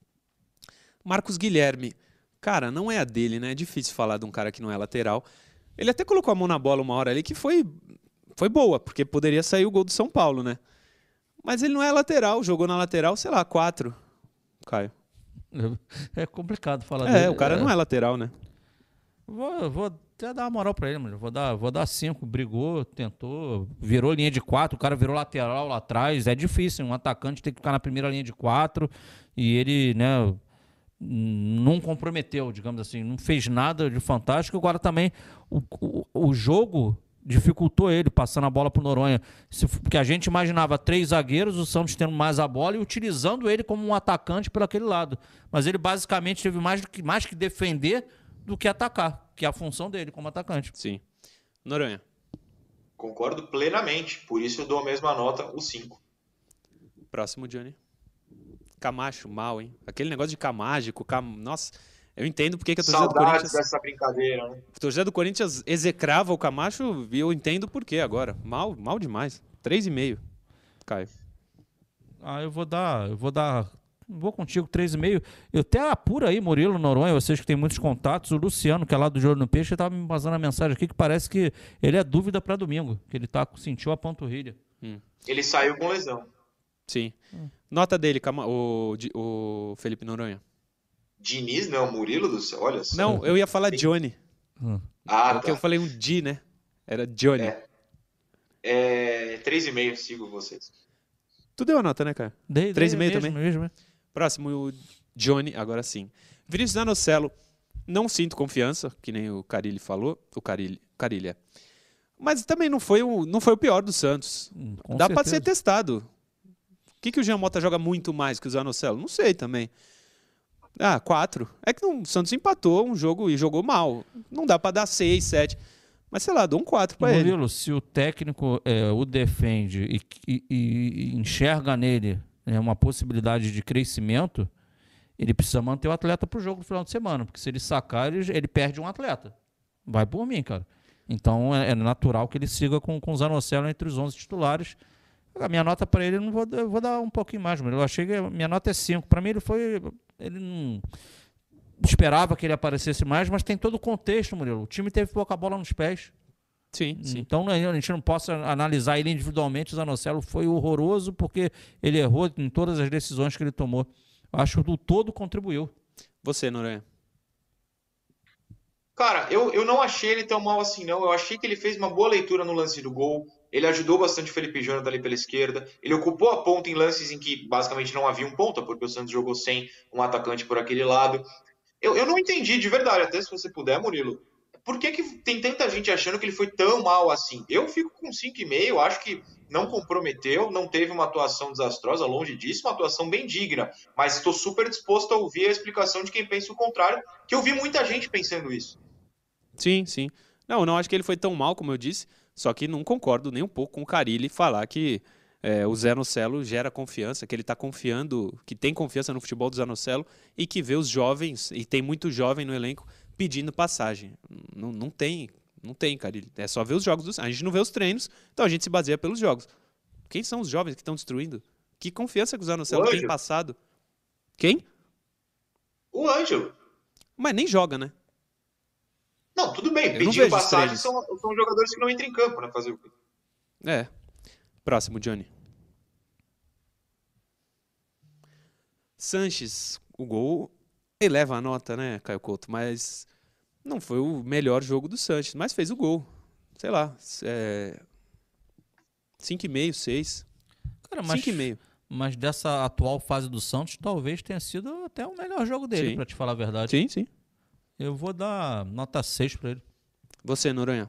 Marcos Guilherme. Cara, não é a dele, né? É difícil falar de um cara que não é lateral. Ele até colocou a mão na bola uma hora ali que foi boa, porque poderia sair o gol do São Paulo, né? Mas ele não é lateral. Jogou na lateral, sei lá, 4. Caio. É complicado falar dele. O cara não é lateral, né? Vou até dar uma moral pra ele, mano. Vou dar 5. Brigou, tentou, virou linha de 4. O cara virou lateral lá atrás. É difícil. Um atacante tem que ficar na primeira linha de 4. E ele, né, não comprometeu, digamos assim. Não fez nada de fantástico. Agora também o jogo dificultou ele, passando a bola pro Noronha. Porque a gente imaginava 3 zagueiros, o Santos tendo mais a bola e utilizando ele como um atacante por aquele lado. Mas ele basicamente teve mais que defender do que atacar, que é a função dele como atacante. Sim. Noronha. Concordo plenamente. Por isso eu dou a mesma nota, o 5. Próximo, Johnny. Camacho, mal, hein? Aquele negócio de camágico, nossa, eu entendo porque que a torcida do Corinthians... dessa brincadeira, né? A torcida do Corinthians execrava o Camacho e eu entendo por que agora. Mal demais. 3,5. Caio. Eu vou contigo, 3,5. Eu até apuro aí, Murilo, Noronha, vocês que têm muitos contatos. O Luciano, que é lá do De Olho no Peixe, estava me passando a mensagem aqui que parece que ele é dúvida para domingo, que ele sentiu a panturrilha. Ele saiu com lesão. Sim. Nota dele, o Felipe Noronha. Diniz, não, Murilo do céu, olha só. Não, eu ia falar Johnny. Porque eu falei um Di, né? Era Johnny. 3,5, sigo vocês. Tu deu a nota, né, cara? Dei 3,5 também? Mesmo. Próximo, o Johnny, agora sim. Vinícius Zanocelo, não sinto confiança, que nem o Carille falou. O Carille é. Mas também não foi o pior do Santos. Dá pra ser testado. O que o Jean Mota joga muito mais que o Zanocelo? Não sei também. 4. É que o Santos empatou um jogo e jogou mal. Não dá pra dar 6, 7. Mas sei lá, dou um 4 pra ele. Murilo, se o técnico o defende e enxerga nele uma possibilidade de crescimento, ele precisa manter o atleta pro jogo no final de semana, porque se ele sacar, ele perde um atleta. Vai por mim, cara. Então é natural que ele siga com o Zanocelo entre os 11 titulares. A minha nota para ele, eu vou dar um pouquinho mais, mas eu achei que a minha nota é 5. Para mim ele não esperava que ele aparecesse mais, mas tem todo o contexto, Murilo. O time teve pouca bola nos pés. Sim, sim. Então a gente não possa analisar ele individualmente. O Zanocelo foi horroroso porque ele errou em todas as decisões que ele tomou. Eu acho que o todo contribuiu. Você, Noronha? Cara, eu não achei ele tão mal assim, não. Eu achei que ele fez uma boa leitura no lance do gol. Ele ajudou bastante o Felipe Jonathan ali pela esquerda. Ele ocupou a ponta em lances em que basicamente não havia um ponta, porque o Santos jogou sem um atacante por aquele lado. Eu não entendi de verdade, até se você puder, Murilo. Por que tem tanta gente achando que ele foi tão mal assim? Eu fico com 5,5, acho que não comprometeu, não teve uma atuação desastrosa, longe disso, uma atuação bem digna. Mas estou super disposto a ouvir a explicação de quem pensa o contrário, que eu vi muita gente pensando isso. Sim, sim. Não, eu não acho que ele foi tão mal, como eu disse, só que não concordo nem um pouco com o Carille falar que o Zanocelo gera confiança, que ele está confiando, que tem confiança no futebol do Zanocelo e que vê os jovens, e tem muito jovem no elenco, pedindo passagem. Não tem, Carille. É só ver os jogos. A gente não vê os treinos, então a gente se baseia pelos jogos. Quem são os jovens que estão destruindo? Que confiança que o Zanocelo tem passado? Quem? O Ângelo. Mas nem joga, né? Não, tudo bem. Eu Pedir passagem são jogadores que não entram em campo, né? Fazer o quê? Próximo, Johnny. Sanches, o gol eleva a nota, né, Caio Couto? Mas não foi o melhor jogo do Sanches, mas fez o gol. Sei lá, 5,5, 6. Cara, 5,5. Mas dessa atual fase do Santos, talvez tenha sido até o melhor jogo dele, para te falar a verdade. Sim, sim. Eu vou dar nota 6 para ele. Você, Noronha?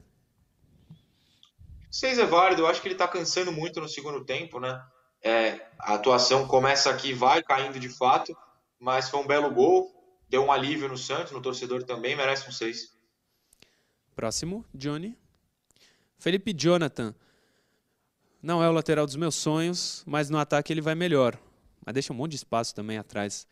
6 é válido, eu acho que ele tá cansando muito no segundo tempo, né? A atuação começa aqui, vai caindo de fato, mas foi um belo gol, deu um alívio no Santos, no torcedor também, merece um 6. Próximo, Johnny. Felipe Jonathan. Não é o lateral dos meus sonhos, mas no ataque ele vai melhor. Mas deixa um monte de espaço também atrás.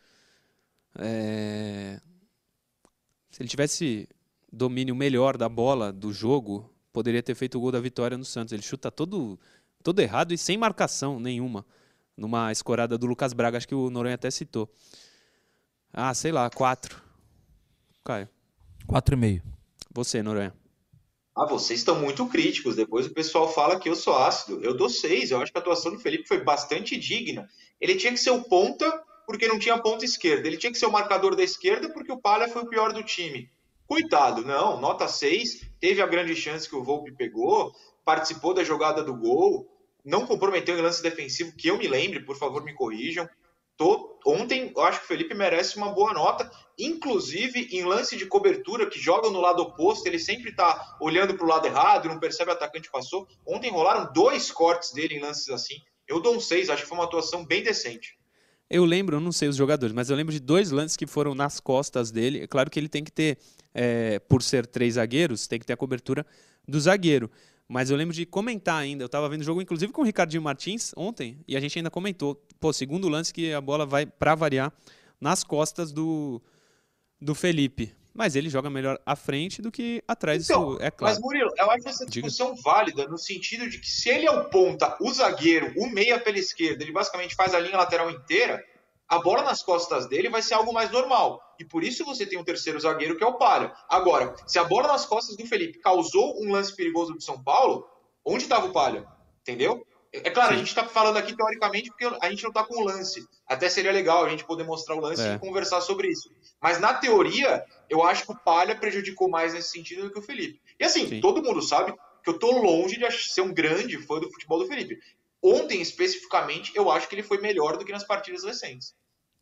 Se ele tivesse domínio melhor da bola, do jogo, poderia ter feito o gol da vitória no Santos. Ele chuta todo errado e sem marcação nenhuma. Numa escorada do Lucas Braga, acho que o Noronha até citou. Sei lá, 4. Caio. 4,5. Você, Noronha. Vocês estão muito críticos. Depois o pessoal fala que eu sou ácido. Eu dou 6. Eu acho que a atuação do Felipe foi bastante digna. Ele tinha que ser o ponta porque não tinha ponta esquerda. Ele tinha que ser o marcador da esquerda porque o Palha foi o pior do time. Coitado, não. Nota 6. Teve a grande chance que o Volpi pegou. Participou da jogada do gol. Não comprometeu em lance defensivo, que eu me lembre. Por favor, me corrijam. Ontem, eu acho que o Felipe merece uma boa nota, inclusive em lance de cobertura, que joga no lado oposto, ele sempre está olhando para o lado errado, não percebe o atacante passou. Ontem rolaram 2 cortes dele em lances assim. Eu dou um 6, acho que foi uma atuação bem decente. Eu lembro, eu não sei os jogadores, mas eu lembro de 2 lances que foram nas costas dele. É claro que ele tem que ter, por ser 3 zagueiros, tem que ter a cobertura do zagueiro. Mas eu lembro de comentar ainda, eu estava vendo o jogo inclusive com o Ricardinho Martins ontem, e a gente ainda comentou, segundo lance que a bola vai, para variar, nas costas do Felipe. Mas ele joga melhor à frente do que atrás, então, isso é claro. Mas, Murilo, eu acho essa discussão válida no sentido de que se ele é o ponta, o zagueiro, o meia pela esquerda, ele basicamente faz a linha lateral inteira, a bola nas costas dele vai ser algo mais normal. E por isso você tem um terceiro zagueiro que é o Palha. Agora, se a bola nas costas do Felipe causou um lance perigoso do São Paulo, onde estava o Palha? Entendeu? É claro, sim. A gente está falando aqui teoricamente porque a gente não está com o lance. Até seria legal a gente poder mostrar o lance e conversar sobre isso. Mas na teoria, eu acho que o Palha prejudicou mais nesse sentido do que o Felipe. E assim, sim, todo mundo sabe que eu tô longe de ser um grande fã do futebol do Felipe. Ontem, especificamente, eu acho que ele foi melhor do que nas partidas recentes.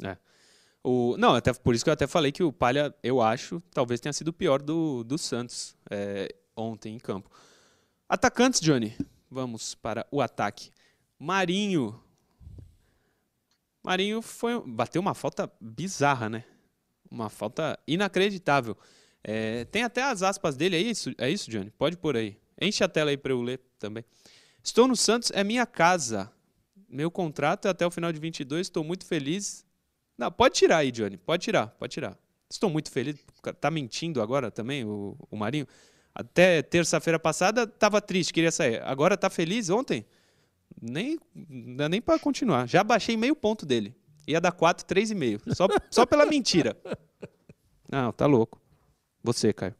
Não, até por isso que eu até falei que o Palha, eu acho, talvez tenha sido o pior do Santos ontem em campo. Atacantes, Johnny. Vamos para o ataque. Marinho. Marinho bateu uma falta bizarra, né? Uma falta inacreditável. Tem até as aspas dele, é isso, Johnny? Pode pôr aí. Enche a tela aí para eu ler também. Estou no Santos, é minha casa. Meu contrato é até o final de 22, estou muito feliz. Não, pode tirar aí, Johnny. Pode tirar. Estou muito feliz. Tá mentindo agora também, o Marinho. Até terça-feira passada tava triste, queria sair. Agora tá feliz ontem? Não dá nem para continuar. Já baixei meio ponto dele. Ia dar 4, 3,5. Só pela mentira. Não, tá louco. Você, Caio.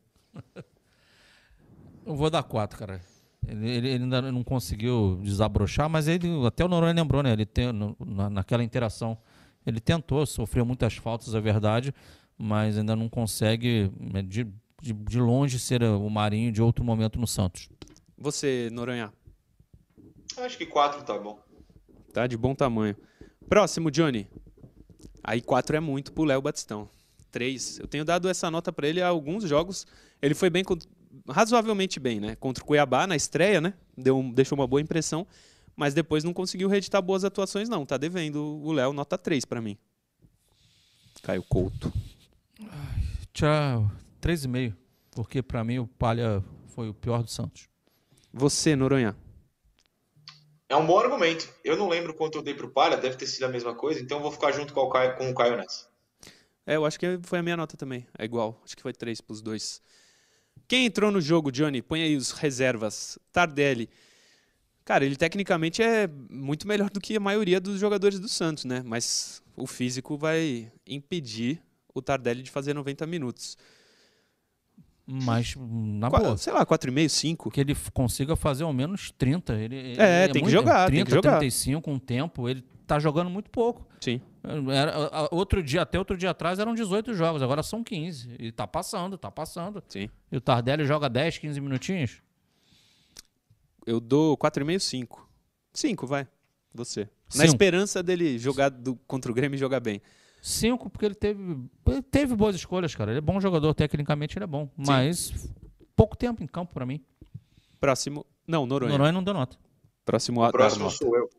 Eu vou dar 4, cara. Ele ainda não conseguiu desabrochar, mas até o Noronha lembrou, né? Naquela interação. Ele tentou, sofreu muitas faltas, é verdade, mas ainda não consegue, de longe, ser o Marinho de outro momento no Santos. Você, Noronha. Acho que 4 tá bom. Tá de bom tamanho. Próximo, Johnny. Aí 4 é muito pro Léo Batistão. 3. Eu tenho dado essa nota para ele há alguns jogos. Ele foi bem, razoavelmente bem, né? Contra o Cuiabá na estreia, né? Deixou uma boa impressão, mas depois não conseguiu reeditar boas atuações, não. Tá devendo o Léo, nota 3 para mim. Caio Couto. Tchau. 3,5. Porque para mim o Palha foi o pior do Santos. Você, Noronha. É um bom argumento. Eu não lembro quanto eu dei pro Palha, deve ter sido a mesma coisa, então eu vou ficar junto com o Caio nessa. Eu acho que foi a minha nota também. É igual. Acho que foi 3 pros dois. Quem entrou no jogo, Johnny? Põe aí os reservas. Tardelli. Cara, ele tecnicamente é muito melhor do que a maioria dos jogadores do Santos, né? Mas o físico vai impedir o Tardelli de fazer 90 minutos. Mas, na boa. Sei lá, 4,5, 5. Que ele consiga fazer ao menos 30. Ele tem que jogar. 30, tem que jogar. 35, um tempo. Ele tá jogando muito pouco. Sim. Até outro dia atrás eram 18 jogos, agora são 15. E tá passando. Sim. E o Tardelli joga 10, 15 minutinhos? Eu dou 4,5, 5. 5, vai. Você. Na 5. esperança dele jogar contra o Grêmio e jogar bem. 5, porque ele teve boas escolhas, cara. Ele é bom jogador, tecnicamente ele é bom. Sim. Mas pouco tempo em campo pra mim. Próximo. Não, Noronha. Noronha não deu nota. Próximo sou eu.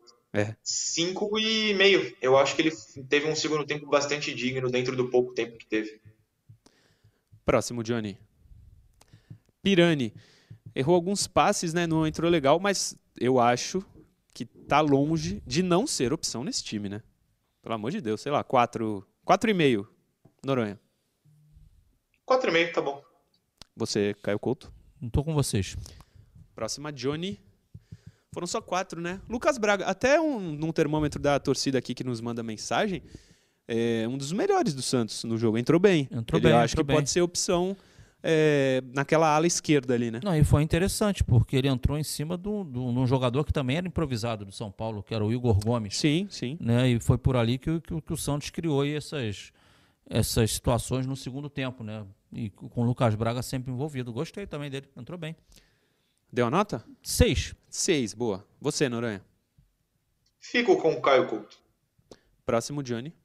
5,5. Eu acho que ele teve um segundo tempo bastante digno dentro do pouco tempo que teve. Próximo, Johnny. Pirani. Errou alguns passes, né? Não entrou legal, mas eu acho que tá longe de não ser opção nesse time, né? Pelo amor de Deus, sei lá, 4,5. Noronha. 4,5, tá bom. Você, Caio Couto? Não tô com vocês. Próxima, Johnny. Foram só 4, né? Lucas Braga, até num termômetro da torcida aqui que nos manda mensagem, é um dos melhores do Santos no jogo. Entrou bem. Eu acho que pode ser opção naquela ala esquerda ali, né? Não, e foi interessante, porque ele entrou em cima de um jogador que também era improvisado do São Paulo, que era o Igor Gomes. Sim. Né? E foi por ali que o Santos criou aí essas situações no segundo tempo, né? E com o Lucas Braga sempre envolvido. Gostei também dele, entrou bem. Deu a nota? 6. 6, boa. Você, Noronha? Fico com o Caio Couto. Próximo, Johnny.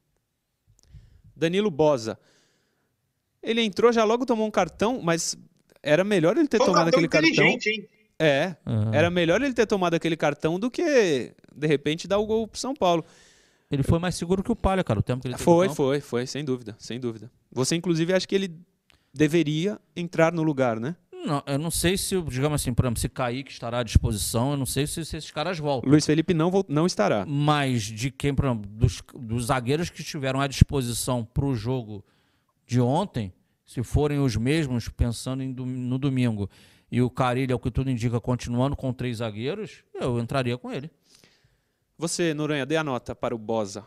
Danilo Boza. Ele entrou, já logo tomou um cartão, mas era melhor ele ter tomado aquele cartão. Hein? Era melhor ele ter tomado aquele cartão do que, de repente, dar o gol pro São Paulo. Ele foi mais seguro que o Palha, cara, o tempo que ele teve. Foi, sem dúvida. Você, inclusive, acha que ele deveria entrar no lugar, né? Não, eu não sei se, digamos assim, por exemplo, se Kaique estará à disposição, eu não sei se esses caras voltam. Luiz Felipe não estará. Mas de quem, por exemplo, dos zagueiros que estiveram à disposição para o jogo de ontem, se forem os mesmos, pensando no domingo, e o Carille, ao que tudo indica, continuando com 3 zagueiros, eu entraria com ele. Você, Noronha, dê a nota para o Boza.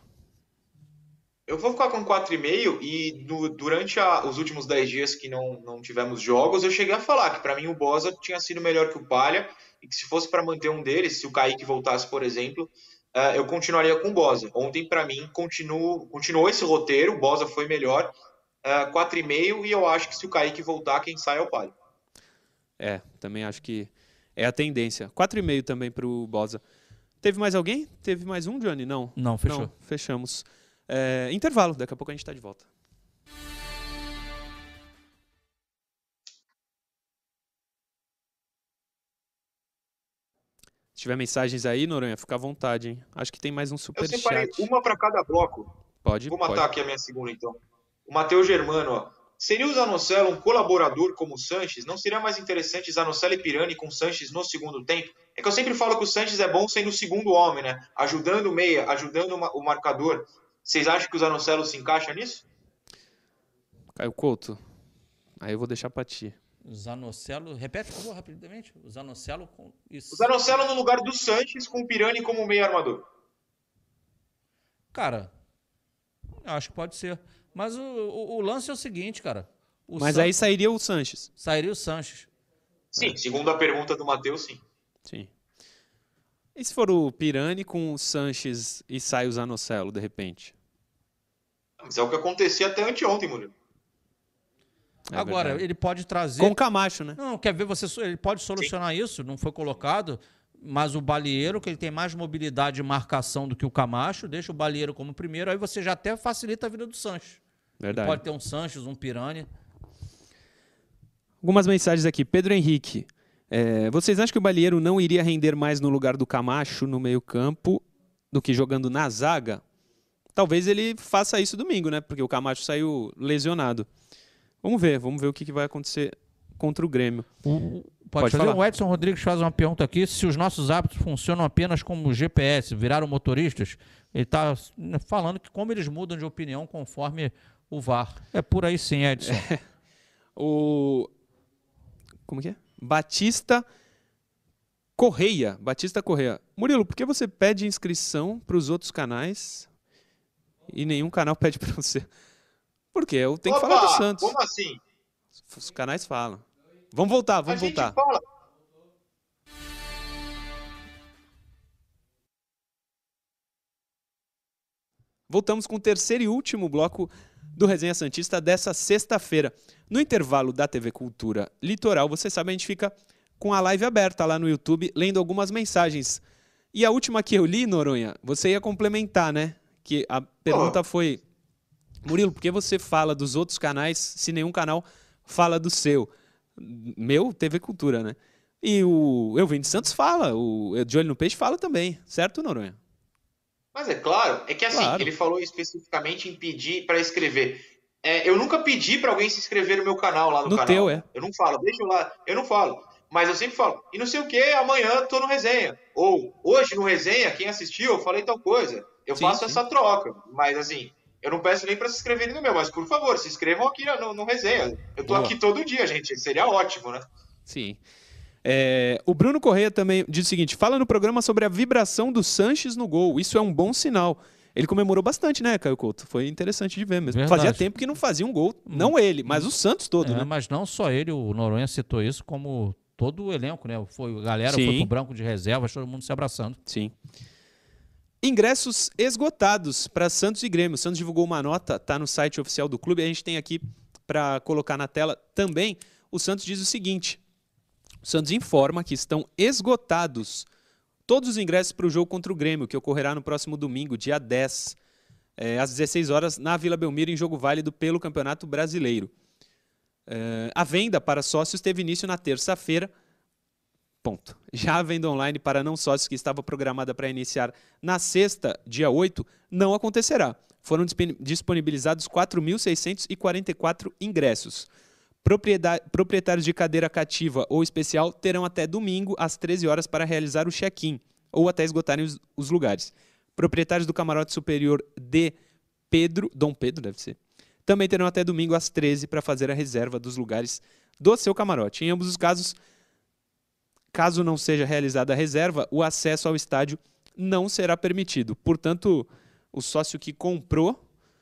Eu vou ficar com 4,5 e durante os últimos 10 dias que não tivemos jogos, eu cheguei a falar que para mim o Boza tinha sido melhor que o Palha e que se fosse para manter um deles, se o Kaique voltasse, por exemplo, eu continuaria com o Boza. Ontem, para mim, continuou esse roteiro, o Boza foi melhor, 4,5 e eu acho que se o Kaique voltar, quem sai é o Palha. Também acho que é a tendência. 4,5 também para o Boza. Teve mais alguém? Teve mais um, Johnny? Não. Não, fechou. Não, fechamos. Intervalo, daqui a pouco a gente está de volta. Se tiver mensagens aí, Noronha, fica à vontade, hein? Acho que tem mais um superchat. Eu separei uma para cada bloco. Pode. Vou matar aqui a minha segunda, então. O Matheus Germano, ó. Seria o Zanocelo um colaborador como o Sanches? Não seria mais interessante Zanocelo e Pirani com o Sanches no segundo tempo? É que eu sempre falo que o Sanches é bom sendo o segundo homem, né? Ajudando o meia, ajudando o marcador. Vocês acham que o Zanocelo se encaixa nisso? Caio Couto, aí eu vou deixar pra ti. O Zanocelo, repete por favor rapidamente. O Zanocelo com isso. O Zanocelo no lugar do Sanches com o Pirani como meio armador. Cara, acho que pode ser. Mas o lance é o seguinte, cara. Mas aí sairia o Sanches. Sairia o Sanches. Sim, segundo a pergunta do Matheus, sim. Sim. E se for o Pirani com o Sanches e sai o Zanocelo, de repente? Mas é o que acontecia até anteontem, Murilo. Agora, verdade. ele pode trazer... Com o Camacho, né? Não, quer ver, ele pode solucionar isso, não foi colocado, mas o Balieiro, que ele tem mais mobilidade de marcação do que o Camacho, deixa o Balieiro como primeiro, aí você já até facilita a vida do Sanches. Verdade. Pode ter um Sanches, um Pirani. Algumas mensagens aqui. Pedro Henrique. Vocês acham que o Balieiro não iria render mais no lugar do Camacho no meio-campo do que jogando na zaga? Talvez ele faça isso domingo, né? Porque o Camacho saiu lesionado. Vamos ver o que vai acontecer contra o Grêmio. Pode fazer? falar. O Edson Rodrigues faz uma pergunta aqui. Se os nossos hábitos funcionam apenas como GPS, viraram motoristas, ele está falando que como eles mudam de opinião conforme o VAR. É por aí sim, Edson. Como que é? Batista Correia. Murilo, por que você pede inscrição para os outros canais e nenhum canal pede para você? Porque eu tenho que falar do Santos. Como assim? Os canais falam. Vamos voltar. A gente fala. Voltamos com o terceiro e último bloco do Resenha Santista dessa sexta-feira. No intervalo da TV Cultura Litoral, você sabe, a gente fica com a live aberta lá no YouTube, lendo algumas mensagens. E a última que eu li, Noronha, você ia complementar, né? Que a pergunta foi: Murilo, por que você fala dos outros canais se nenhum canal fala do seu? Meu, TV Cultura, né? E o Eu Vim de Santos fala, o De Olho no Peixe fala também, certo, Noronha? Mas é claro, é que assim, Claro. ele falou especificamente em pedir para inscrever. Eu nunca pedi para alguém se inscrever no meu canal lá no No canal. teu, é. Eu não falo, deixa eu lá, eu não falo. Mas eu sempre falo, e não sei o que, amanhã tô no Resenha. Ou hoje no Resenha, quem assistiu, eu falei tal coisa. Eu Sim, faço sim. essa troca. Mas assim, eu não peço nem para se inscreverem no meu, mas por favor, se inscrevam aqui no Resenha. Eu tô Boa. aqui todo dia, gente. Seria ótimo, né? Sim. O Bruno Correia também diz o seguinte: fala no programa sobre a vibração do Sanches no gol. Isso é um bom sinal. Ele comemorou bastante, né, Caio Couto? Foi interessante de ver mesmo. Verdade. Fazia tempo que não fazia um gol. Não ele, mas o Santos todo, né? Mas não só ele, o Noronha citou isso, como todo o elenco, né? A galera Sim. foi pro banco de reservas, todo mundo se abraçando. Sim. Ingressos esgotados para Santos e Grêmio. O Santos divulgou uma nota, tá no site oficial do clube. A gente tem aqui para colocar na tela também. O Santos diz o seguinte: o Santos informa que estão esgotados todos os ingressos para o jogo contra o Grêmio, que ocorrerá no próximo domingo, dia 10, às 16 horas, na Vila Belmiro, em jogo válido pelo Campeonato Brasileiro. A venda para sócios teve início na terça-feira. Ponto. Já a venda online para não sócios, que estava programada para iniciar na sexta, dia 8, não acontecerá. Foram disponibilizados 4.644 ingressos. Proprietários de cadeira cativa ou especial terão até domingo, às 13 horas, para realizar o check-in, ou até esgotarem os lugares. Proprietários do camarote superior de Dom Pedro, deve ser, também terão até domingo, às 13, para fazer a reserva dos lugares do seu camarote. Em ambos os casos, caso não seja realizada a reserva, o acesso ao estádio não será permitido. Portanto, o sócio que comprou,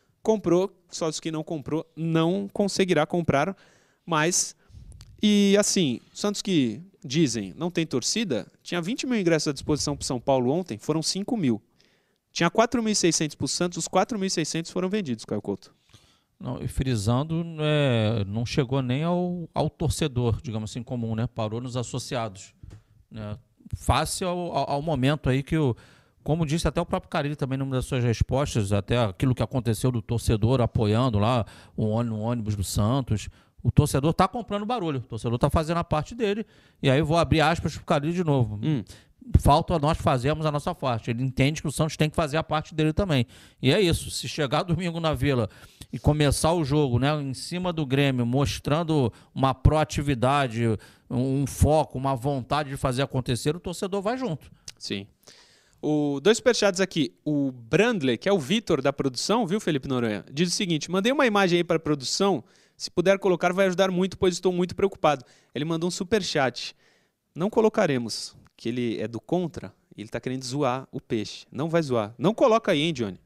sócio que não comprou, não conseguirá comprar mais. E assim, Santos, que dizem não tem torcida, tinha 20 mil ingressos à disposição para o São Paulo ontem, foram 5 mil. Tinha 4.600 para o Santos, os 4.600 foram vendidos, Caio Couto. Não, e frisando, não chegou nem ao torcedor, digamos assim, comum, né? Parou nos associados. Né? Face ao momento aí que como disse até o próprio Carille também numa das suas respostas, até aquilo que aconteceu do torcedor apoiando lá o ônibus do Santos. O torcedor está comprando barulho, o torcedor está fazendo a parte dele. E aí eu vou abrir aspas para o Carille de novo. Falta nós fazermos a nossa parte. Ele entende que o Santos tem que fazer a parte dele também. E é isso. Se chegar domingo na Vila e começar o jogo, né, em cima do Grêmio, mostrando uma proatividade, um foco, uma vontade de fazer acontecer, o torcedor vai junto. Sim. Dois superchats aqui. O Brandley, que é o Vitor da produção, viu, Felipe Noronha? Diz o seguinte: mandei uma imagem aí para a produção. Se puder colocar, vai ajudar muito, pois estou muito preocupado. Ele mandou um superchat. Não colocaremos, que ele é do contra. Ele está querendo zoar o peixe. Não vai zoar. Não coloca aí, hein, Johnny?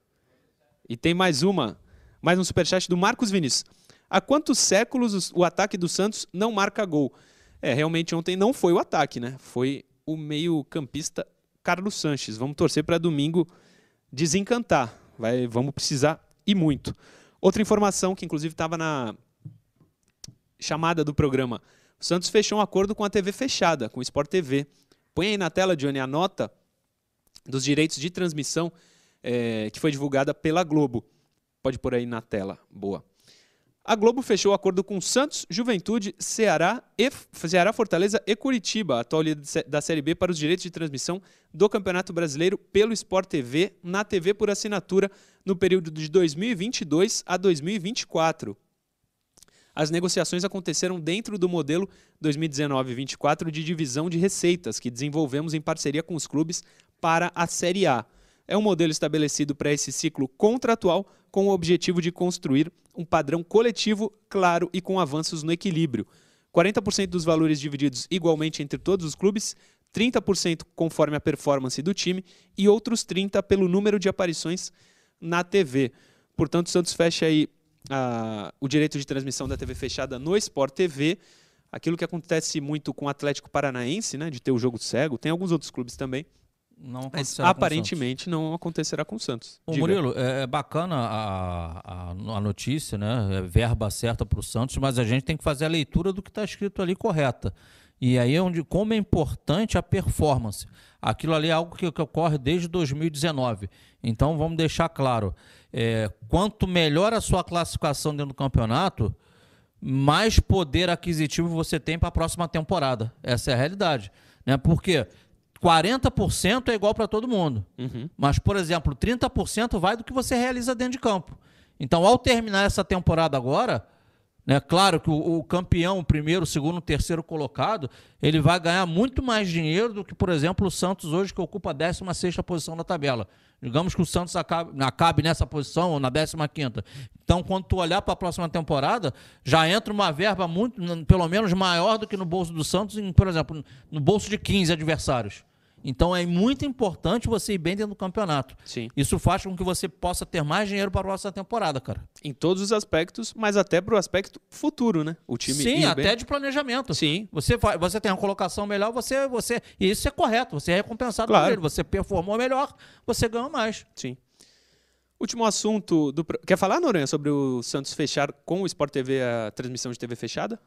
E tem mais um superchat do Marcos Vinícius. Há quantos séculos o ataque do Santos não marca gol? Realmente ontem não foi o ataque, né? Foi o meio-campista Carlos Sanches. Vamos torcer para domingo desencantar. Vamos precisar e muito. Outra informação que inclusive estava na chamada do programa. O Santos fechou um acordo com a TV fechada, com o Sport TV. Põe aí na tela, Johnny, a nota dos direitos de transmissão que foi divulgada pela Globo. Pode pôr aí na tela. Boa. A Globo fechou o acordo com Santos, Juventude, Ceará, Fortaleza e Curitiba, atual líder da Série B, para os direitos de transmissão do Campeonato Brasileiro pelo Sport TV, na TV por assinatura, no período de 2022 a 2024. As negociações aconteceram dentro do modelo 2019-24 de divisão de receitas, que desenvolvemos em parceria com os clubes para a Série A. É um modelo estabelecido para esse ciclo contratual com o objetivo de construir um padrão coletivo, claro e com avanços no equilíbrio. 40% dos valores divididos igualmente entre todos os clubes, 30% conforme a performance do time e outros 30% pelo número de aparições na TV. Portanto, o Santos fecha aí o direito de transmissão da TV fechada no Sport TV. Aquilo que acontece muito com o Atlético Paranaense, né, de ter o jogo cego, tem alguns outros clubes também. Mas aparentemente não acontecerá com o Santos. Murilo, é bacana a notícia, né? É verba certa para o Santos, mas a gente tem que fazer a leitura do que está escrito ali correta. E aí é como é importante a performance. Aquilo ali é algo que ocorre desde 2019. Então vamos deixar claro, quanto melhor a sua classificação dentro do campeonato, mais poder aquisitivo você tem para a próxima temporada. Essa é a realidade, né? Porque 40% é igual para todo mundo. Uhum. Mas, por exemplo, 30% vai do que você realiza dentro de campo. Então, ao terminar essa temporada agora, né, claro que o campeão, o primeiro, o segundo, o terceiro colocado, ele vai ganhar muito mais dinheiro do que, por exemplo, o Santos hoje, que ocupa a 16ª posição da tabela. Digamos que o Santos acabe nessa posição ou na 15ª. Então, quando tu olhar para a próxima temporada, já entra uma verba pelo menos maior do que no bolso do Santos, por exemplo, no bolso de 15 adversários. Então, é muito importante você ir bem dentro do campeonato. Sim. Isso faz com que você possa ter mais dinheiro para a próxima temporada, cara. Em todos os aspectos, mas até para o aspecto futuro, né? O time Sim, até bem de planejamento. Sim. Você tem uma colocação melhor, e isso é correto, você é recompensado por ele. Você performou melhor, você ganha mais. Sim. Último assunto. Quer falar, Noronha, sobre o Santos fechar com o Sport TV a transmissão de TV fechada?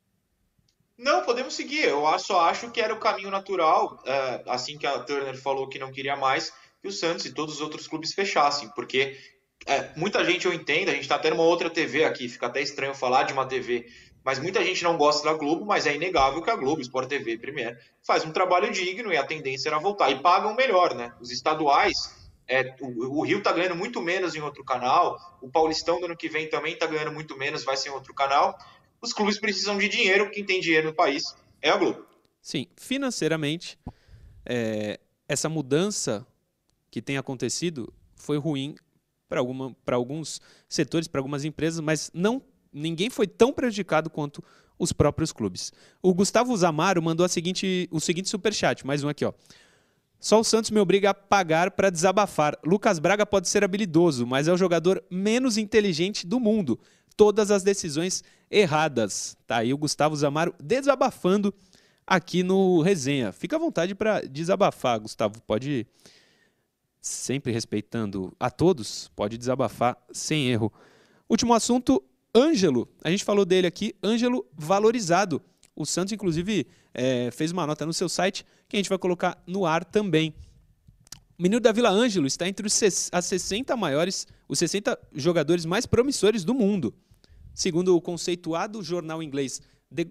Não, podemos seguir. Eu só acho que era o caminho natural, assim que a Turner falou que não queria mais, que o Santos e todos os outros clubes fechassem, porque muita gente, eu entendo, a gente está até numa outra TV aqui, fica até estranho falar de uma TV, mas muita gente não gosta da Globo, mas é inegável que a Globo, Sport TV, Premiere, faz um trabalho digno e a tendência era voltar. E pagam melhor, né? Os estaduais, o Rio está ganhando muito menos em outro canal, o Paulistão do ano que vem também está ganhando muito menos, vai ser em outro canal. Os clubes precisam de dinheiro, quem tem dinheiro no país é a Globo. Sim, financeiramente, essa mudança que tem acontecido foi ruim para alguns setores, para algumas empresas, mas ninguém foi tão prejudicado quanto os próprios clubes. O Gustavo Zamaro mandou o seguinte superchat, mais um aqui, ó. Só o Santos me obriga a pagar para desabafar. Lucas Braga pode ser habilidoso, mas é o jogador menos inteligente do mundo. Todas as decisões erradas. Tá aí o Gustavo Zamaro desabafando aqui no Resenha. Fica à vontade para desabafar, Gustavo. Pode, sempre respeitando a todos, pode desabafar sem erro. Último assunto, Ângelo. A gente falou dele aqui, Ângelo valorizado. O Santos, inclusive, fez uma nota no seu site que a gente vai colocar no ar também. O menino da Vila Ângelo está entre os 60 jogadores mais promissores do mundo. Segundo o conceituado jornal inglês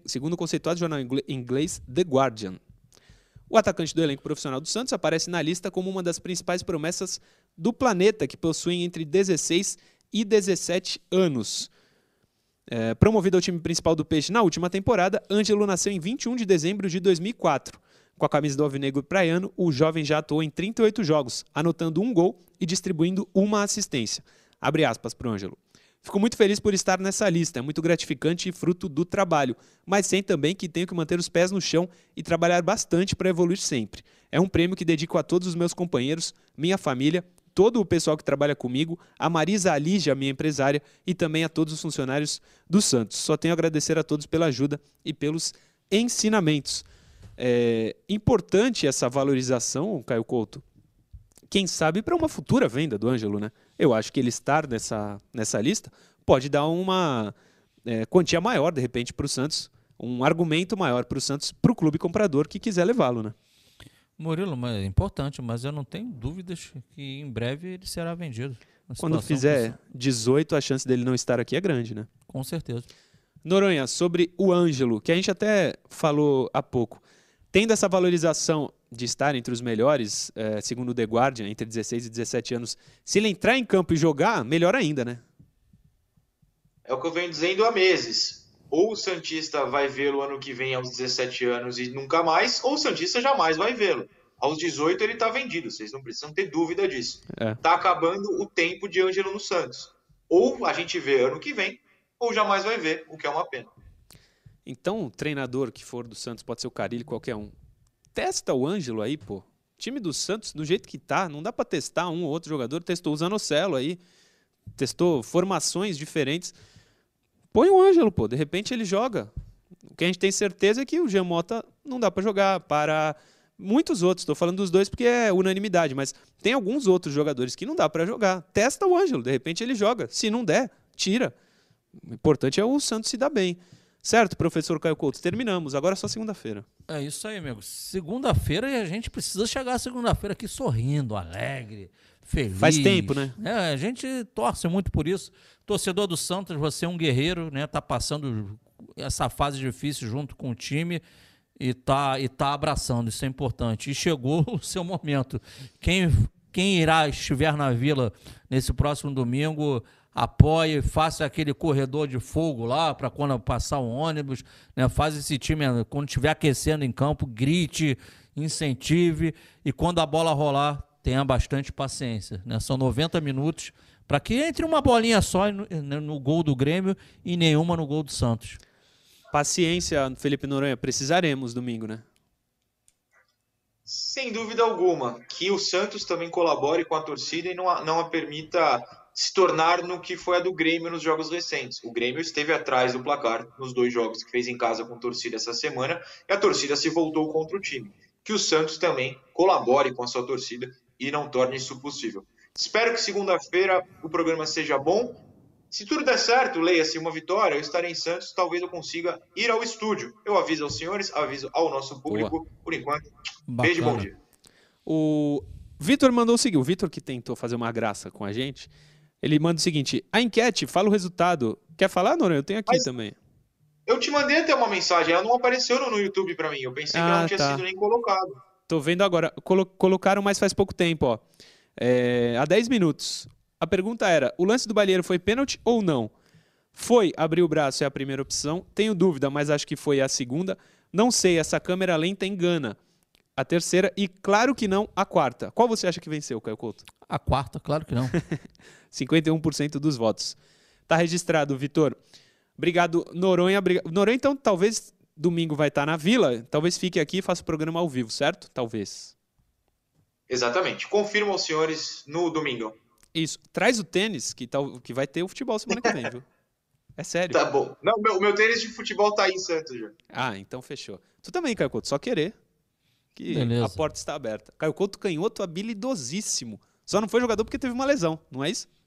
The Guardian. O atacante do elenco profissional do Santos aparece na lista como uma das principais promessas do planeta, que possuem entre 16 e 17 anos. Promovido ao time principal do Peixe na última temporada, Ângelo nasceu em 21 de dezembro de 2004. Com a camisa do Alvinegro Praiano, o jovem já atuou em 38 jogos, anotando 1 gol e distribuindo 1 assistência. Abre aspas para o Ângelo. Fico muito feliz por estar nessa lista, é muito gratificante e fruto do trabalho, mas sei também que tenho que manter os pés no chão e trabalhar bastante para evoluir sempre. É um prêmio que dedico a todos os meus companheiros, minha família, todo o pessoal que trabalha comigo, a Marisa Alígia, minha empresária, e também a todos os funcionários do Santos. Só tenho a agradecer a todos pela ajuda e pelos ensinamentos. É importante essa valorização, Caio Couto, quem sabe para uma futura venda do Ângelo, né? Eu acho que ele estar nessa lista pode dar uma quantia maior, de repente, para o Santos, um argumento maior para o Santos, para o clube comprador que quiser levá-lo, né? Murilo, mas é importante, mas eu não tenho dúvidas que em breve ele será vendido. Quando fizer 18, a chance dele não estar aqui é grande, né? Com certeza. Noronha, sobre o Ângelo, que a gente até falou há pouco, tendo essa valorização de estar entre os melhores, segundo o The Guardian, entre 16 e 17 anos, se ele entrar em campo e jogar, melhor ainda, né? É o que eu venho dizendo há meses. Ou o Santista vai vê-lo ano que vem aos 17 anos e nunca mais, ou o Santista jamais vai vê-lo. Aos 18 ele está vendido, vocês não precisam ter dúvida disso. Está acabando o tempo de Ângelo no Santos. Ou a gente vê ano que vem, ou jamais vai ver, o que é uma pena. Então, o treinador que for do Santos, pode ser o Carille, qualquer um. Testa o Ângelo aí, pô. O time do Santos, do jeito que tá, não dá para testar um ou outro jogador. Testou o Zanocelo aí, testou formações diferentes. Põe o Ângelo, pô. De repente ele joga. O que a gente tem certeza é que o Jean Mota não dá para jogar. Para muitos outros, estou falando dos dois porque é unanimidade, mas tem alguns outros jogadores que não dá para jogar. Testa o Ângelo, de repente ele joga. Se não der, tira. O importante é o Santos se dar bem. Certo, professor Caio Couto? Terminamos. Agora é só segunda-feira. É isso aí, amigo. Segunda-feira, e a gente precisa chegar a segunda-feira aqui sorrindo, alegre, feliz. Faz tempo, né? A gente torce muito por isso. Torcedor do Santos, você é um guerreiro, né? Tá passando essa fase difícil junto com o time e tá abraçando. Isso é importante. E chegou o seu momento. Quem estiver na Vila nesse próximo domingo, apoie, faça aquele corredor de fogo lá para quando passar o ônibus, né? Faz esse time, quando estiver aquecendo em campo, grite, incentive e quando a bola rolar, tenha bastante paciência, né? São 90 minutos para que entre uma bolinha só no gol do Grêmio e nenhuma no gol do Santos. Paciência, Felipe Noronha, precisaremos domingo, né? Sem dúvida alguma, que o Santos também colabore com a torcida e não a permita se tornar no que foi a do Grêmio nos jogos recentes. O Grêmio esteve atrás do placar nos 2 jogos que fez em casa com torcida essa semana e a torcida se voltou contra o time. Que o Santos também colabore com a sua torcida e não torne isso possível. Espero que segunda-feira o programa seja bom. Se tudo der certo, leia-se uma vitória, eu estarei em Santos, talvez eu consiga ir ao estúdio. Eu aviso aos senhores, aviso ao nosso público. Boa. Por enquanto, Bacana. beijo e bom dia. O Vitor mandou o seguinte, o Vitor que tentou fazer uma graça com a gente, ele manda o seguinte, a enquete, fala o resultado. Quer falar, Noronha? Eu tenho aqui também. Eu te mandei até uma mensagem, ela não apareceu no YouTube pra mim, eu pensei que ela não tinha sido nem colocada. Tô vendo agora, colocaram, mas faz pouco tempo, ó. Há 10 minutos. A pergunta era, o lance do Balieiro foi pênalti ou não? Foi, abrir o braço é a primeira opção. Tenho dúvida, mas acho que foi a segunda. Não sei, essa câmera lenta engana. A terceira e, claro que não, a quarta. Qual você acha que venceu, Caio Couto? A quarta, claro que não. 51% dos votos. Tá registrado, Vitor. Obrigado, Noronha. Noronha, então, talvez domingo vai estar na Vila. Talvez fique aqui e faça o programa ao vivo, certo? Talvez. Exatamente. Confirma aos senhores no domingo. Isso. Traz o tênis, que vai ter o futebol semana que vem, viu? É sério. Tá bom. Não, o meu tênis de futebol tá aí em Santos já. Ah, então fechou. Tu também, Caio Couto, só querer. Que beleza. A porta está aberta. Caio Couto, canhoto habilidosíssimo. Só não foi jogador porque teve uma lesão, não é isso?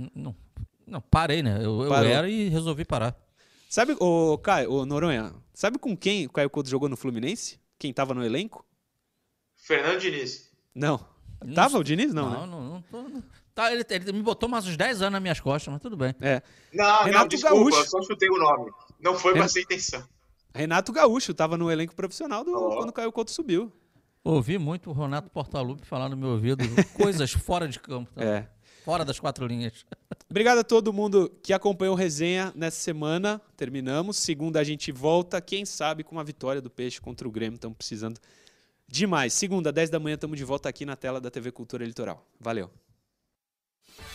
Não, parei, né? Eu era e resolvi parar. Sabe, Caio, Noronha, sabe com quem o Caio Couto jogou no Fluminense? Quem tava no elenco? Fernando Diniz. Não. Tava o Diniz? Não, né? Não tô. Tá, ele me botou mais uns 10 anos nas minhas costas, mas tudo bem. Não, desculpa, Gaúcho. Eu só chutei o nome. Não foi com essa intenção. Renato Gaúcho tava no elenco profissional quando o Caio Couto subiu. Ouvi muito o Renato Portaluppi falar no meu ouvido coisas fora de campo. Tá? Fora das 4 linhas. Obrigado a todo mundo que acompanhou resenha nessa semana. Terminamos. Segunda a gente volta, quem sabe, com uma vitória do Peixe contra o Grêmio. Estamos precisando Demais. Segunda, 10 da manhã, estamos de volta aqui na tela da TV Cultura Litoral. Valeu.